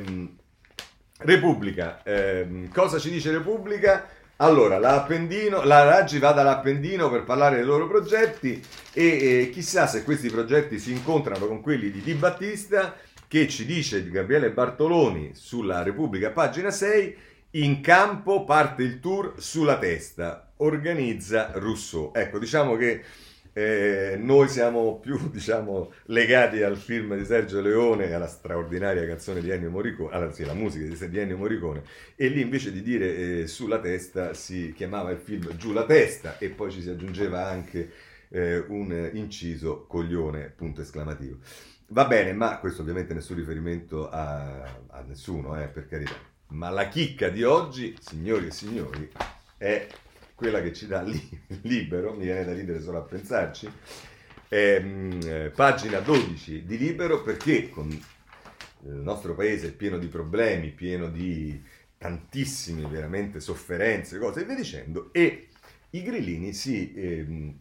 Repubblica, eh, cosa ci dice Repubblica? Allora, l'Appendino, la Raggi va dall'Appendino per parlare dei loro progetti e eh, chissà se questi progetti si incontrano con quelli di Di Battista, che ci dice Gabriele Bartoloni sulla Repubblica, pagina sei. In campo parte il tour sulla testa, organizza Rousseau. Ecco, diciamo che eh, noi siamo più, diciamo, legati al film di Sergio Leone e alla straordinaria canzone di Ennio Morricone, anzi la musica di Ennio Morricone, e lì invece di dire eh, sulla testa si chiamava il film Giù la testa e poi ci si aggiungeva anche eh, un inciso coglione, punto esclamativo. Va bene, ma questo ovviamente nessun riferimento a, a nessuno, eh, per carità. Ma la chicca di oggi, signori e signori, è quella che ci dà li- Libero, mi viene da ridere solo a pensarci, è, mh, pagina dodici di Libero, perché con il nostro paese è pieno di problemi, pieno di tantissime veramente sofferenze, cose e via dicendo, e i grillini si, ehm,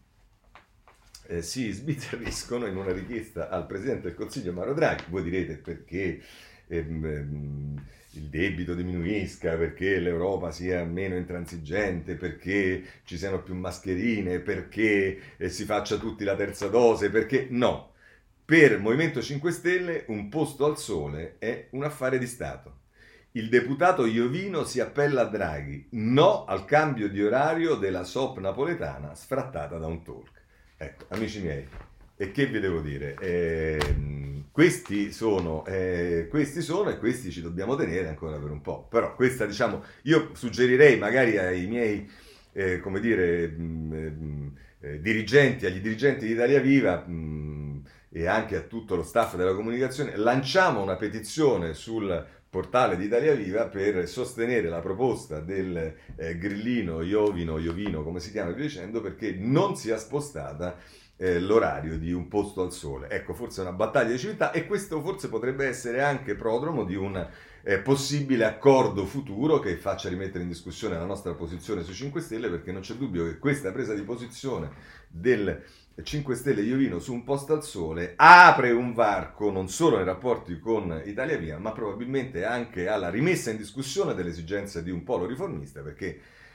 eh, si sbizzarriscono in una richiesta al Presidente del Consiglio Mario Draghi. Voi direte perché ehm, ehm, il debito diminuisca, perché l'Europa sia meno intransigente, perché ci siano più mascherine, perché eh, si faccia tutti la terza dose, perché no. Per Movimento cinque Stelle un posto al sole è un affare di Stato. Il deputato Iovino si appella a Draghi, no al cambio di orario della soap napoletana sfrattata da un talk. Ecco, amici miei, e che vi devo dire? Eh, questi sono, eh, questi sono e questi ci dobbiamo tenere ancora per un po'. Però questa, diciamo, io suggerirei magari ai miei, eh, come dire, mh, eh, dirigenti, agli dirigenti di Italia Viva mh, e anche a tutto lo staff della comunicazione, lanciamo una petizione sul portale di Italia Viva per sostenere la proposta del eh, grillino, Iovino, Iovino, come si chiama, via dicendo, perché non sia spostata Eh, l'orario di un posto al sole. Ecco, forse è una battaglia di civiltà e questo forse potrebbe essere anche prodromo di un eh, possibile accordo futuro che faccia rimettere in discussione la nostra posizione sui cinque Stelle, perché non c'è dubbio che questa presa di posizione del cinque Stelle Iovino su un posto al sole apre un varco non solo nei rapporti con Italia Viva, ma probabilmente anche alla rimessa in discussione delle esigenze di un polo riformista, perché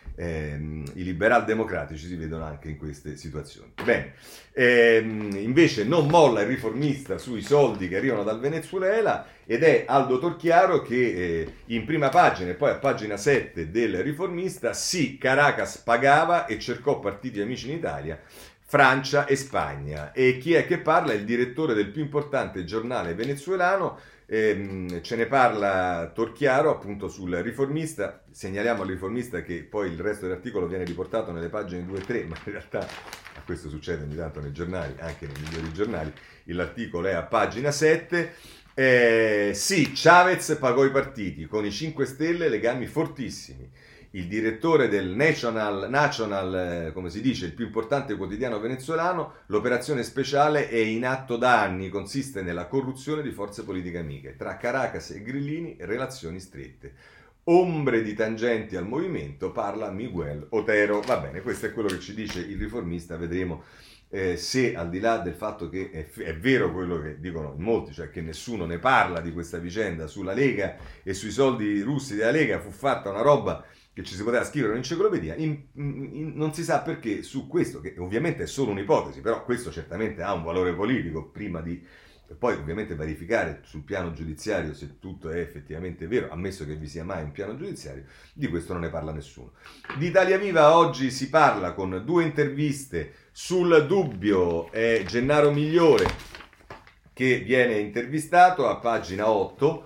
ehm, i liberal democratici si vedono anche in queste situazioni. Bene, ehm, invece non molla il riformista sui soldi che arrivano dal Venezuela, ed è Aldo Torchiaro che eh, in prima pagina e poi a pagina sette del riformista, sì, Caracas pagava e cercò partiti amici in Italia, Francia e Spagna. E chi è che parla? Il direttore del più importante giornale venezuelano. Ehm, ce ne parla Torchiaro appunto sul riformista. Segnaliamo al riformista che poi il resto dell'articolo viene riportato nelle pagine due e tre, ma in realtà questo succede ogni tanto nei giornali, anche nei migliori giornali. L'articolo è a pagina sette. Eh, sì, Chavez pagò i partiti, con i cinque Stelle legami fortissimi. Il direttore del National, National eh, come si dice, il più importante quotidiano venezuelano, l'operazione speciale è in atto da anni, consiste nella corruzione di forze politiche amiche. Tra Caracas e Grillini, relazioni strette. Ombre di tangenti al movimento, parla Miguel Otero. Va bene, questo è quello che ci dice il riformista, vedremo eh, se al di là del fatto che è, è vero quello che dicono in molti, cioè che nessuno ne parla di questa vicenda sulla Lega e sui soldi russi della Lega, fu fatta una roba che ci si poteva scrivere un'enciclopedia, in, in, non si sa perché su questo, che ovviamente è solo un'ipotesi, però questo certamente ha un valore politico, prima di poi ovviamente verificare sul piano giudiziario se tutto è effettivamente vero, ammesso che vi sia mai un piano giudiziario, di questo non ne parla nessuno. Di Italia Viva oggi si parla con due interviste sul dubbio, è Gennaro Migliore che viene intervistato a pagina otto.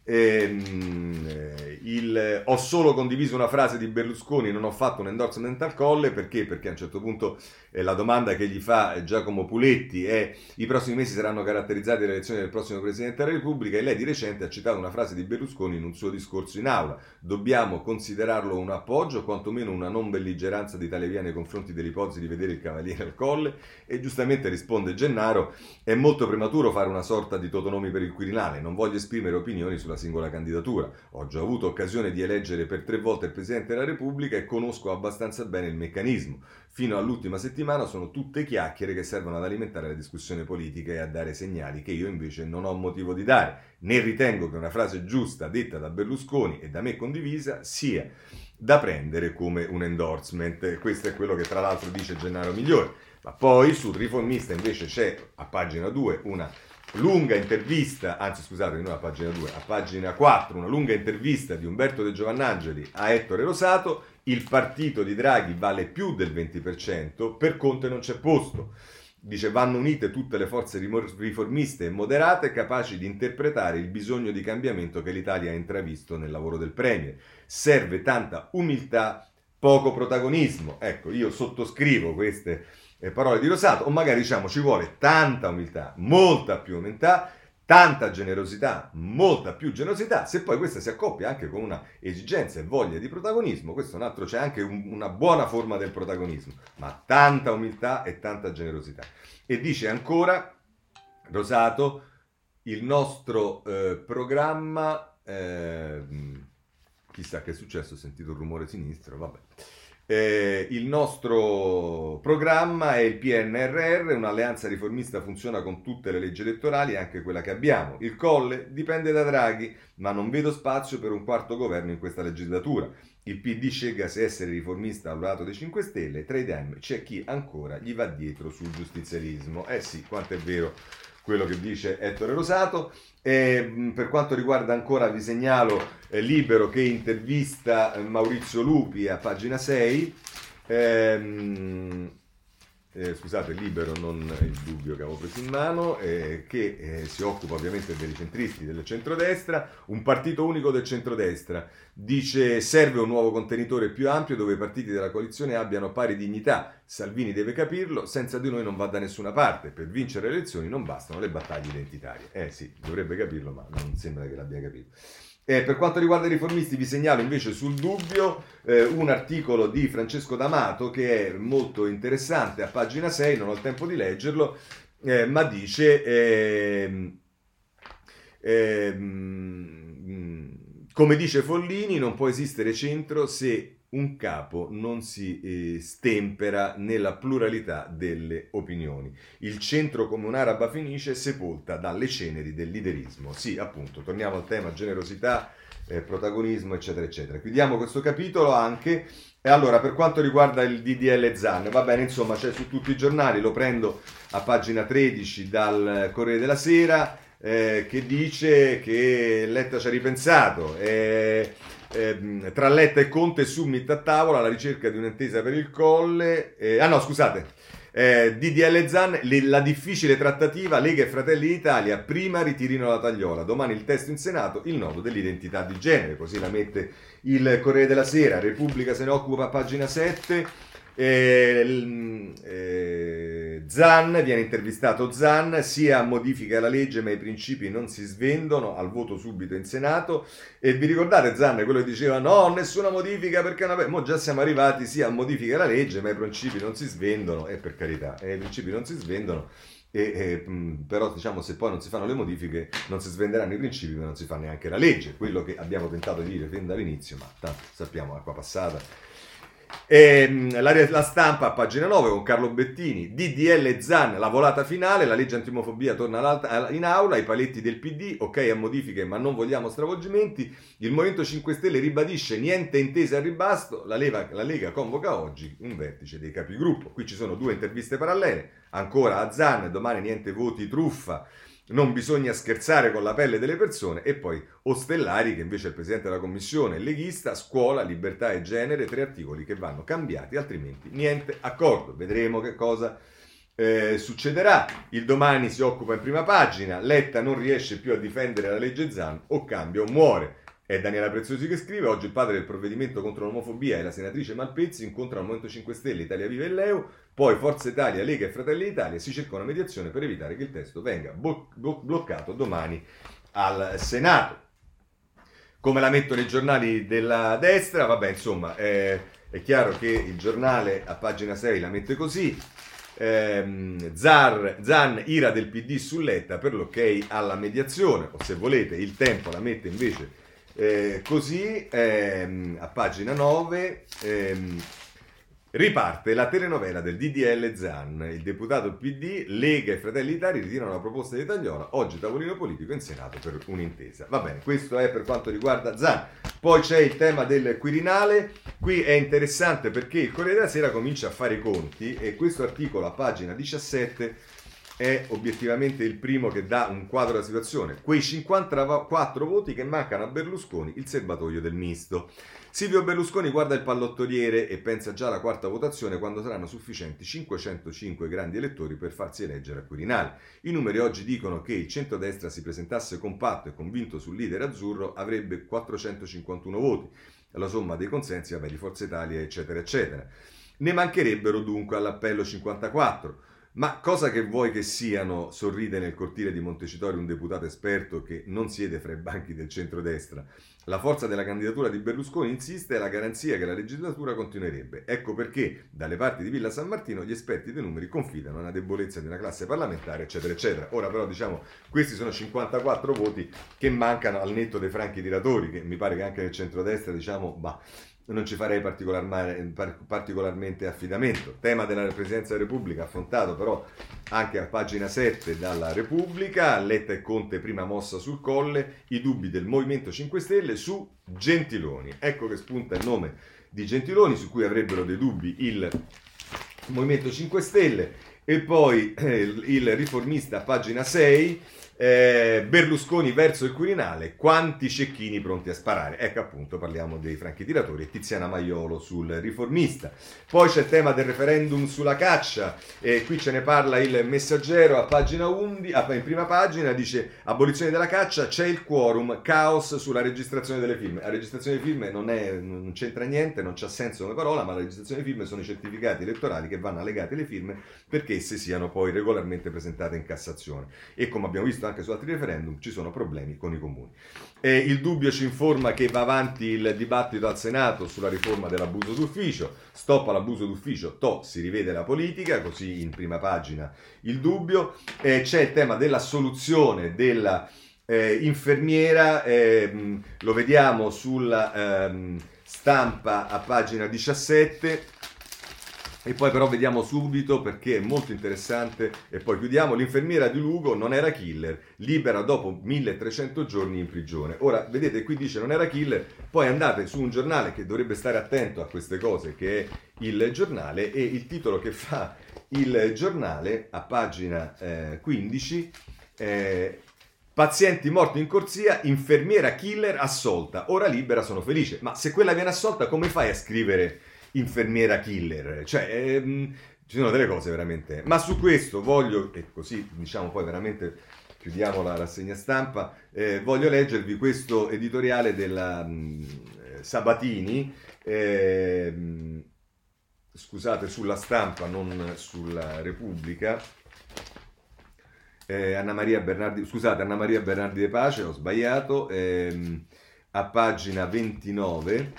Ehm, il, ho solo condiviso una frase di Berlusconi, non ho fatto un endorsement al Colle, perché? Perché a un certo punto eh, la domanda che gli fa Giacomo Puletti è: i prossimi mesi saranno caratterizzati dalle elezioni del prossimo Presidente della Repubblica, e lei di recente ha citato una frase di Berlusconi in un suo discorso in aula: dobbiamo considerarlo un appoggio o quantomeno una non belligeranza di tale via nei confronti dell'ipotesi di vedere il Cavaliere al Colle? E giustamente risponde Gennaro: è molto prematuro fare una sorta di totonomi per il Quirinale, non voglio esprimere opinioni sulla singola candidatura. Ho già avuto occasione di eleggere per tre volte il Presidente della Repubblica e conosco abbastanza bene il meccanismo. Fino all'ultima settimana sono tutte chiacchiere che servono ad alimentare la discussione politica e a dare segnali che io invece non ho motivo di dare. Né ritengo che una frase giusta detta da Berlusconi e da me condivisa sia da prendere come un endorsement. Questo è quello che tra l'altro dice Gennaro Migliore. Ma poi sul riformista invece c'è a pagina due una lunga intervista, anzi scusate, non a pagina due, a pagina quattro, una lunga intervista di Umberto De Giovannangeli a Ettore Rosato. Il partito di Draghi vale più del venti per cento, per Conte non c'è posto. Dice: vanno unite tutte le forze riformiste e moderate capaci di interpretare il bisogno di cambiamento che l'Italia ha intravisto nel lavoro del Premier. Serve tanta umiltà, poco protagonismo. Ecco, io sottoscrivo queste eh, parole di Rosato, o magari diciamo ci vuole tanta umiltà, molta più umiltà, tanta generosità, molta più generosità. Se poi questa si accoppia anche con una esigenza e voglia di protagonismo, questo è un altro, c'è anche un, una buona forma del protagonismo, ma tanta umiltà e tanta generosità. E dice ancora Rosato: il nostro eh, programma, eh, chissà che è successo, ho sentito un rumore sinistro, vabbè. Eh, il nostro programma è il P N R R, un'alleanza riformista funziona con tutte le leggi elettorali, anche quella che abbiamo. Il Colle dipende da Draghi, ma non vedo spazio per un quarto governo in questa legislatura. Il P D scelga se essere riformista al lato dei cinque Stelle, tra i Dem c'è chi ancora gli va dietro sul giustizialismo. Eh sì, quanto è vero quello che dice Ettore Rosato. E per quanto riguarda ancora, vi segnalo eh, Libero che intervista eh, Maurizio Lupi a pagina sei. Ehm, eh, scusate, Libero, non il Dubbio che avevo preso in mano, eh, che eh, si occupa ovviamente dei centristi del centrodestra. Un partito unico del centrodestra, dice: serve un nuovo contenitore più ampio dove i partiti della coalizione abbiano pari dignità. Salvini deve capirlo, senza di noi non va da nessuna parte. Per vincere le elezioni non bastano le battaglie identitarie. Eh sì, dovrebbe capirlo, ma non sembra che l'abbia capito. Eh, per quanto riguarda i riformisti, vi segnalo invece sul Dubbio eh, un articolo di Francesco D'Amato che è molto interessante a pagina sei, non ho il tempo di leggerlo, eh, ma dice eh, eh, come dice Follini, non può esistere centro se un capo non si eh, stempera nella pluralità delle opinioni. Il centro come un'araba fenice sepolta dalle ceneri del liderismo. Sì, appunto, torniamo al tema generosità, eh, protagonismo, eccetera, eccetera. Chiudiamo questo capitolo anche E allora, per quanto riguarda il D D L Zan, va bene, insomma, c'è su tutti i giornali, lo prendo a pagina tredici dal Corriere della Sera, eh, che dice che Letta ci ha ripensato, eh, eh, tra Letta e Conte summit a tavola alla ricerca di un'intesa per il Colle, eh, ah no, scusate, eh, D D L Zan, le, la difficile trattativa, Lega e Fratelli d'Italia, prima ritirino la tagliola, domani il testo in Senato, il nodo dell'identità di genere, così la mette il Corriere della Sera. Repubblica se ne occupa a pagina sette. Eh, eh, Zan, viene intervistato Zan, sia modifica la legge ma i principi non si svendono, al voto subito in Senato. E vi ricordate Zan, quello che diceva no, nessuna modifica perché una... mo già siamo arrivati, sia modifica la legge ma i principi non si svendono, e per carità, eh, i principi non si svendono. E, e, mh, però diciamo, se poi non si fanno le modifiche non si svenderanno i principi, ma non si fa neanche la legge, quello che abbiamo tentato di dire fin dall'inizio, ma tanto sappiamo, acqua passata. E, mh, la, la Stampa a pagina nove con Carlo Bettini, D D L Zan, la volata finale, la legge antimofobia torna in aula, i paletti del P D, ok a modifiche ma non vogliamo stravolgimenti, il Movimento cinque Stelle ribadisce niente intese al ribasso, la, Leva, la Lega convoca oggi un vertice dei capigruppo. Qui ci sono due interviste parallele, ancora a Zan, domani niente voti truffa, non bisogna scherzare con la pelle delle persone, e poi Ostellari, che invece è il presidente della commissione leghista, scuola, libertà e genere, tre articoli che vanno cambiati, altrimenti niente accordo. Vedremo che cosa eh, succederà. Il Domani si occupa in prima pagina, Letta non riesce più a difendere la legge Zan, o cambia o muore. È Daniela Preziosi che scrive, oggi il padre del provvedimento contro l'omofobia e la senatrice Malpezzi incontrano il Movimento cinque Stelle, Italia Viva e Leo, poi Forza Italia, Lega e Fratelli d'Italia, si cerca una mediazione per evitare che il testo venga bo- bo- bloccato domani al Senato. Come la mettono i giornali della destra, vabbè, insomma, eh, è chiaro che il giornale a pagina sei la mette così. ehm, Zar, Zan, ira del P D su Letta per l'ok alla mediazione, o se volete il Tempo la mette invece eh, così, ehm, a pagina nove. ehm, Riparte la telenovela del D D L Zan, il deputato P D, Lega e Fratelli d'Italia ritirano la proposta di Tagliola, oggi tavolino politico in Senato per un'intesa. Va bene, questo è per quanto riguarda Zan. Poi c'è il tema del Quirinale, qui è interessante perché il Corriere della Sera comincia a fare i conti e questo articolo a pagina diciassette è obiettivamente il primo che dà un quadro della situazione. Quei cinquantaquattro voti che mancano a Berlusconi, il serbatoio del misto. Silvio Berlusconi guarda il pallottoliere e pensa già alla quarta votazione quando saranno sufficienti cinquecentocinque grandi elettori per farsi eleggere a Quirinale. I numeri oggi dicono che il centrodestra si presentasse compatto e convinto sul leader azzurro avrebbe quattrocentocinquantuno voti, la somma dei consensi vabbè, di Forza Italia eccetera eccetera. Ne mancherebbero dunque all'appello cinquantaquattro. Ma cosa che vuoi che siano, sorride nel cortile di Montecitorio un deputato esperto che non siede fra i banchi del centrodestra. La forza della candidatura di Berlusconi, insiste, è la garanzia che la legislatura continuerebbe. Ecco perché dalle parti di Villa San Martino gli esperti dei numeri confidano nella debolezza di una classe parlamentare, eccetera, eccetera. Ora però diciamo, questi sono cinquantaquattro voti che mancano al netto dei franchi tiratori, che mi pare che anche nel centrodestra, diciamo, bah, non ci farei particolarmente affidamento. Tema della Presidenza della Repubblica affrontato però anche a pagina sette dalla Repubblica, Letta e Conte prima mossa sul Colle, i dubbi del Movimento cinque Stelle su Gentiloni. Ecco che spunta il nome di Gentiloni, su cui avrebbero dei dubbi il Movimento cinque Stelle, e poi eh, il Riformista a pagina sei, Eh, Berlusconi verso il Quirinale, quanti cecchini pronti a sparare. Ecco appunto, parliamo dei franchi tiratori e Tiziana Maiolo sul Riformista. Poi c'è il tema del referendum sulla caccia, e qui ce ne parla il Messaggero a pagina undici, in prima pagina, dice abolizione della caccia, c'è il quorum, caos sulla registrazione delle firme. La registrazione delle firme non, è, non c'entra niente, non c'ha senso come parola, ma la registrazione delle firme sono i certificati elettorali che vanno allegati alle firme perché esse siano poi regolarmente presentate in Cassazione, e come abbiamo visto anche su altri referendum ci sono problemi con i comuni. E il Dubbio ci informa che va avanti il dibattito al Senato sulla riforma dell'abuso d'ufficio, stop all'abuso d'ufficio, to si rivede la politica, così in prima pagina il Dubbio. E c'è il tema della soluzione della eh, infermiera, eh, lo vediamo sulla eh, Stampa a pagina diciassette. E poi però vediamo subito, perché è molto interessante, e poi chiudiamo. L'infermiera di Lugo non era killer, libera dopo milletrecento giorni in prigione. Ora, vedete, qui dice non era killer, poi andate su un giornale che dovrebbe stare attento a queste cose, che è Il Giornale, e il titolo che fa il giornale a pagina eh, quindici, eh, pazienti morti in corsia, infermiera killer assolta, ora libera, sono felice. Ma se quella viene assolta, come fai a scrivere infermiera killer? Cioè, ehm, ci sono delle cose veramente. Ma su questo voglio, e così diciamo poi veramente chiudiamo la rassegna stampa, eh, voglio leggervi questo editoriale della mh, Sabatini, eh, scusate, sulla Stampa, non sulla Repubblica. Eh, Anna Maria Bernardi, scusate, Anna Maria Bernardi De Pace, ho sbagliato, ehm, a pagina ventinove,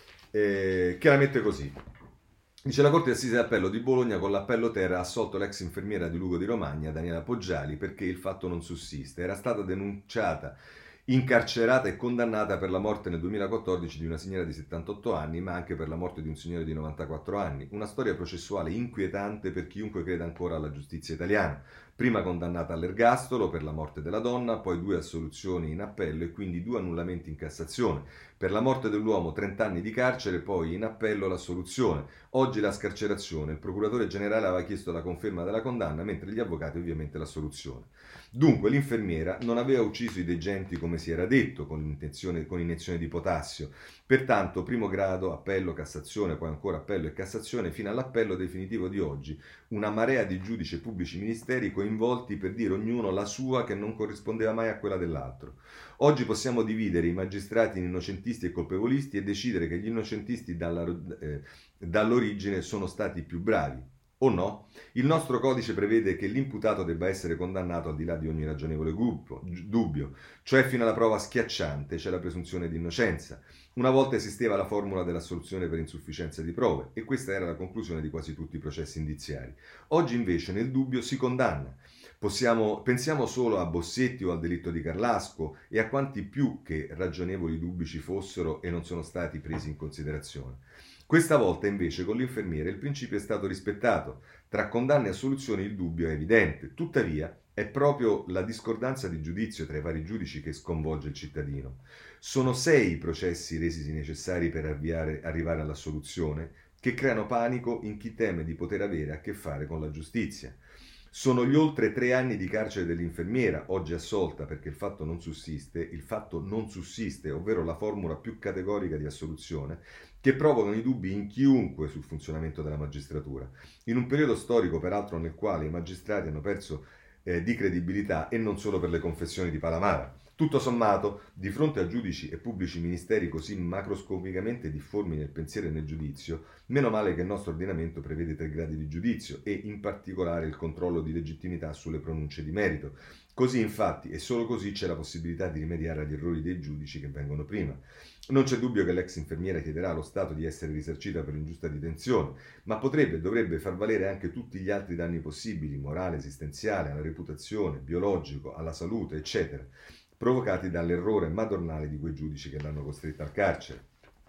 eh, che la mette così. Dice: la Corte d'Assise d'Appello di Bologna con l'appello terra ha assolto l'ex infermiera di Lugo di Romagna, Daniela Poggiali, perché il fatto non sussiste. Era stata denunciata, incarcerata e condannata per la morte nel duemilaquattordici di una signora di settantotto anni, ma anche per la morte di un signore di novantaquattro anni. Una storia processuale inquietante per chiunque creda ancora alla giustizia italiana. Prima condannata all'ergastolo per la morte della donna, poi due assoluzioni in appello e quindi due annullamenti in Cassazione. Per la morte dell'uomo trenta anni di carcere, poi in appello l'assoluzione. Oggi la scarcerazione. Il procuratore generale aveva chiesto la conferma della condanna, mentre gli avvocati ovviamente l'assoluzione. Dunque l'infermiera non aveva ucciso i degenti come si era detto, con, intenzione, con iniezione di potassio. Pertanto primo grado, appello, Cassazione, poi ancora appello e Cassazione, fino all'appello definitivo di oggi. Una marea di giudici e pubblici ministeri coinvolti per dire ognuno la sua, che non corrispondeva mai a quella dell'altro. Oggi possiamo dividere i magistrati in innocentisti e colpevolisti e decidere che gli innocentisti dalla, eh, dall'origine sono stati più bravi. O no? Il nostro codice prevede che l'imputato debba essere condannato al di là di ogni ragionevole gruppo, dubbio, cioè fino alla prova schiacciante c'è la presunzione di innocenza. Una volta esisteva la formula dell'assoluzione per insufficienza di prove e questa era la conclusione di quasi tutti i processi indiziari. Oggi invece nel dubbio si condanna. Possiamo, pensiamo solo a Bossetti o al delitto di Carlasco e a quanti più che ragionevoli dubbi ci fossero e non sono stati presi in considerazione. Questa volta invece con l'infermiere il principio è stato rispettato. Tra condanne e assoluzioni il dubbio è evidente. Tuttavia è proprio la discordanza di giudizio tra i vari giudici che sconvolge il cittadino. Sono sei i processi resisi necessari per avviare, arrivare all'assoluzione che creano panico in chi teme di poter avere a che fare con la giustizia. Sono gli oltre tre anni di carcere dell'infermiera, oggi assolta perché il fatto non sussiste, il fatto non sussiste, ovvero la formula più categorica di assoluzione, che provocano i dubbi in chiunque sul funzionamento della magistratura. In un periodo storico, peraltro, nel quale i magistrati hanno perso eh, di credibilità e non solo per le confessioni di Palamara. Tutto sommato, di fronte a giudici e pubblici ministeri così macroscopicamente difformi nel pensiero e nel giudizio, meno male che il nostro ordinamento prevede tre gradi di giudizio e in particolare il controllo di legittimità sulle pronunce di merito. Così infatti, e solo così, c'è la possibilità di rimediare agli errori dei giudici che vengono prima. Non c'è dubbio che l'ex infermiera chiederà allo Stato di essere risarcita per l'ingiusta detenzione, ma potrebbe e dovrebbe far valere anche tutti gli altri danni possibili, morale, esistenziale, alla reputazione, biologico, alla salute, eccetera, provocati dall'errore madornale di quei giudici che l'hanno costretta al carcere.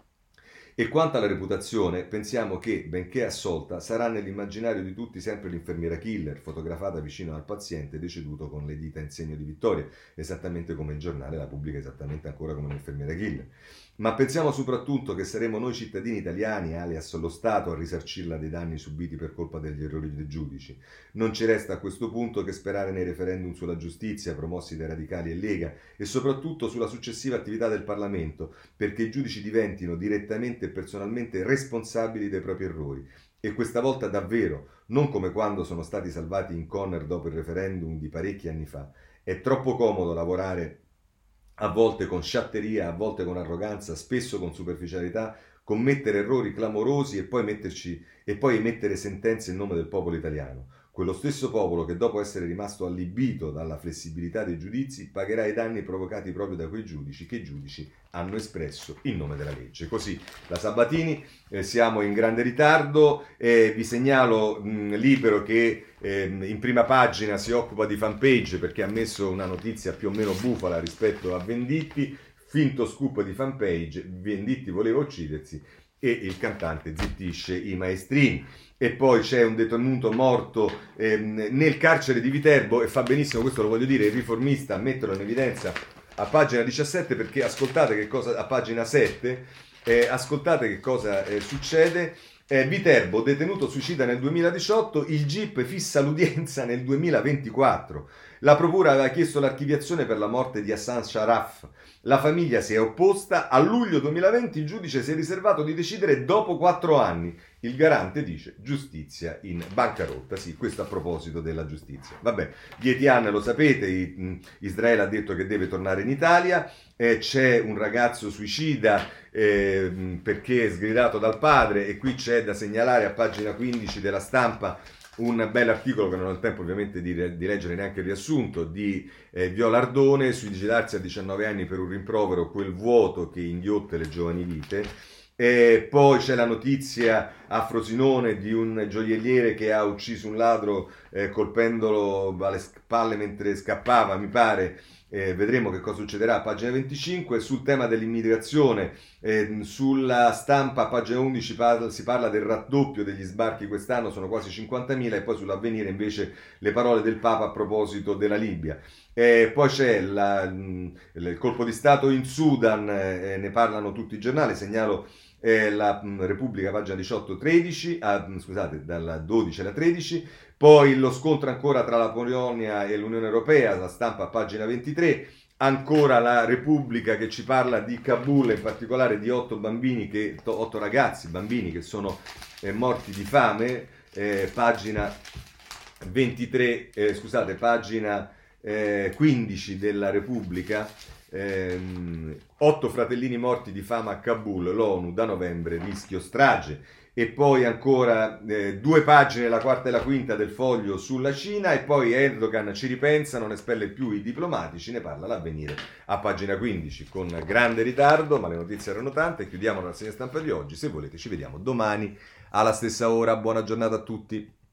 E quanto alla reputazione, pensiamo che, benché assolta, sarà nell'immaginario di tutti sempre l'infermiera killer, fotografata vicino al paziente deceduto con le dita in segno di vittoria, esattamente come il giornale la pubblica esattamente ancora come l'infermiera killer. Ma pensiamo soprattutto che saremo noi cittadini italiani, alias lo Stato, a risarcirla dei danni subiti per colpa degli errori dei giudici. Non ci resta a questo punto che sperare nei referendum sulla giustizia promossi dai Radicali e Lega e soprattutto sulla successiva attività del Parlamento, perché i giudici diventino direttamente e personalmente responsabili dei propri errori. E questa volta davvero, non come quando sono stati salvati in corner dopo il referendum di parecchi anni fa. È troppo comodo lavorare a volte con sciatteria, a volte con arroganza, spesso con superficialità, commettere errori clamorosi e poi, metterci, e poi emettere sentenze in nome del popolo italiano. Quello stesso popolo che dopo essere rimasto allibito dalla flessibilità dei giudizi pagherà i danni provocati proprio da quei giudici che i giudici hanno espresso in nome della legge. Così la Sabatini, eh, siamo in grande ritardo, eh, vi segnalo mh, Libero che eh, in prima pagina si occupa di fanpage perché ha messo una notizia più o meno bufala rispetto a Venditti, finto scoop di fanpage, Venditti voleva uccidersi. e il cantante zittisce i maestrini. E poi c'è un detenuto morto ehm, nel carcere di Viterbo, e fa benissimo, questo lo voglio dire, il Riformista a metterlo in evidenza a pagina diciassette, perché ascoltate che cosa, a pagina sette, eh, ascoltate che cosa eh, succede. Eh, Viterbo, detenuto suicida nel duemiladiciotto, il G I P fissa l'udienza nel duemilaventiquattro. La procura aveva chiesto l'archiviazione per la morte di Hassan Sharaf. La famiglia si è opposta. A luglio duemilaventi il giudice si è riservato di decidere dopo quattro anni. Il garante dice giustizia in bancarotta. Sì, questo a proposito della giustizia. Vabbè, Vietiane lo sapete, Israele ha detto che deve tornare in Italia. Eh, c'è un ragazzo suicida eh, perché è sgridato dal padre, e qui c'è da segnalare a pagina quindici della Stampa un bel articolo che non ho il tempo ovviamente di, di leggere neanche il riassunto, di eh, Viola Ardone, suicidarsi a diciannove anni per un rimprovero, quel vuoto che inghiotte le giovani vite. E poi c'è la notizia a Frosinone di un gioielliere che ha ucciso un ladro eh, colpendolo alle spalle mentre scappava, mi pare. Eh, vedremo che cosa succederà a pagina venticinque. Sul tema dell'immigrazione, eh, sulla Stampa a pagina undici parla, si parla del raddoppio degli sbarchi quest'anno, sono quasi cinquantamila, e poi sull'Avvenire invece le parole del Papa a proposito della Libia. Eh, poi c'è la, il colpo di Stato in Sudan, eh, ne parlano tutti i giornali, segnalo eh, la mh, Repubblica, pagina diciotto tredici, ah, scusate, dalla dodici alla tredici. Poi lo scontro ancora tra la Polonia e l'Unione Europea, la Stampa, pagina ventitré. Ancora la Repubblica che ci parla di Kabul, in particolare di otto bambini, che, otto ragazzi, bambini che sono eh, morti di fame, eh, pagina ventitré, eh, scusate, pagina eh, quindici della Repubblica. Ehm, otto fratellini morti di fame a Kabul, l'ONU da novembre, rischio strage. E poi ancora eh, due pagine, la quarta e la quinta del Foglio sulla Cina, e poi Erdogan ci ripensa, non espelle più i diplomatici, ne parla l'Avvenire a pagina quindici, con grande ritardo, ma le notizie erano tante. Chiudiamo la rassegna stampa di oggi, se volete ci vediamo domani alla stessa ora, buona giornata a tutti.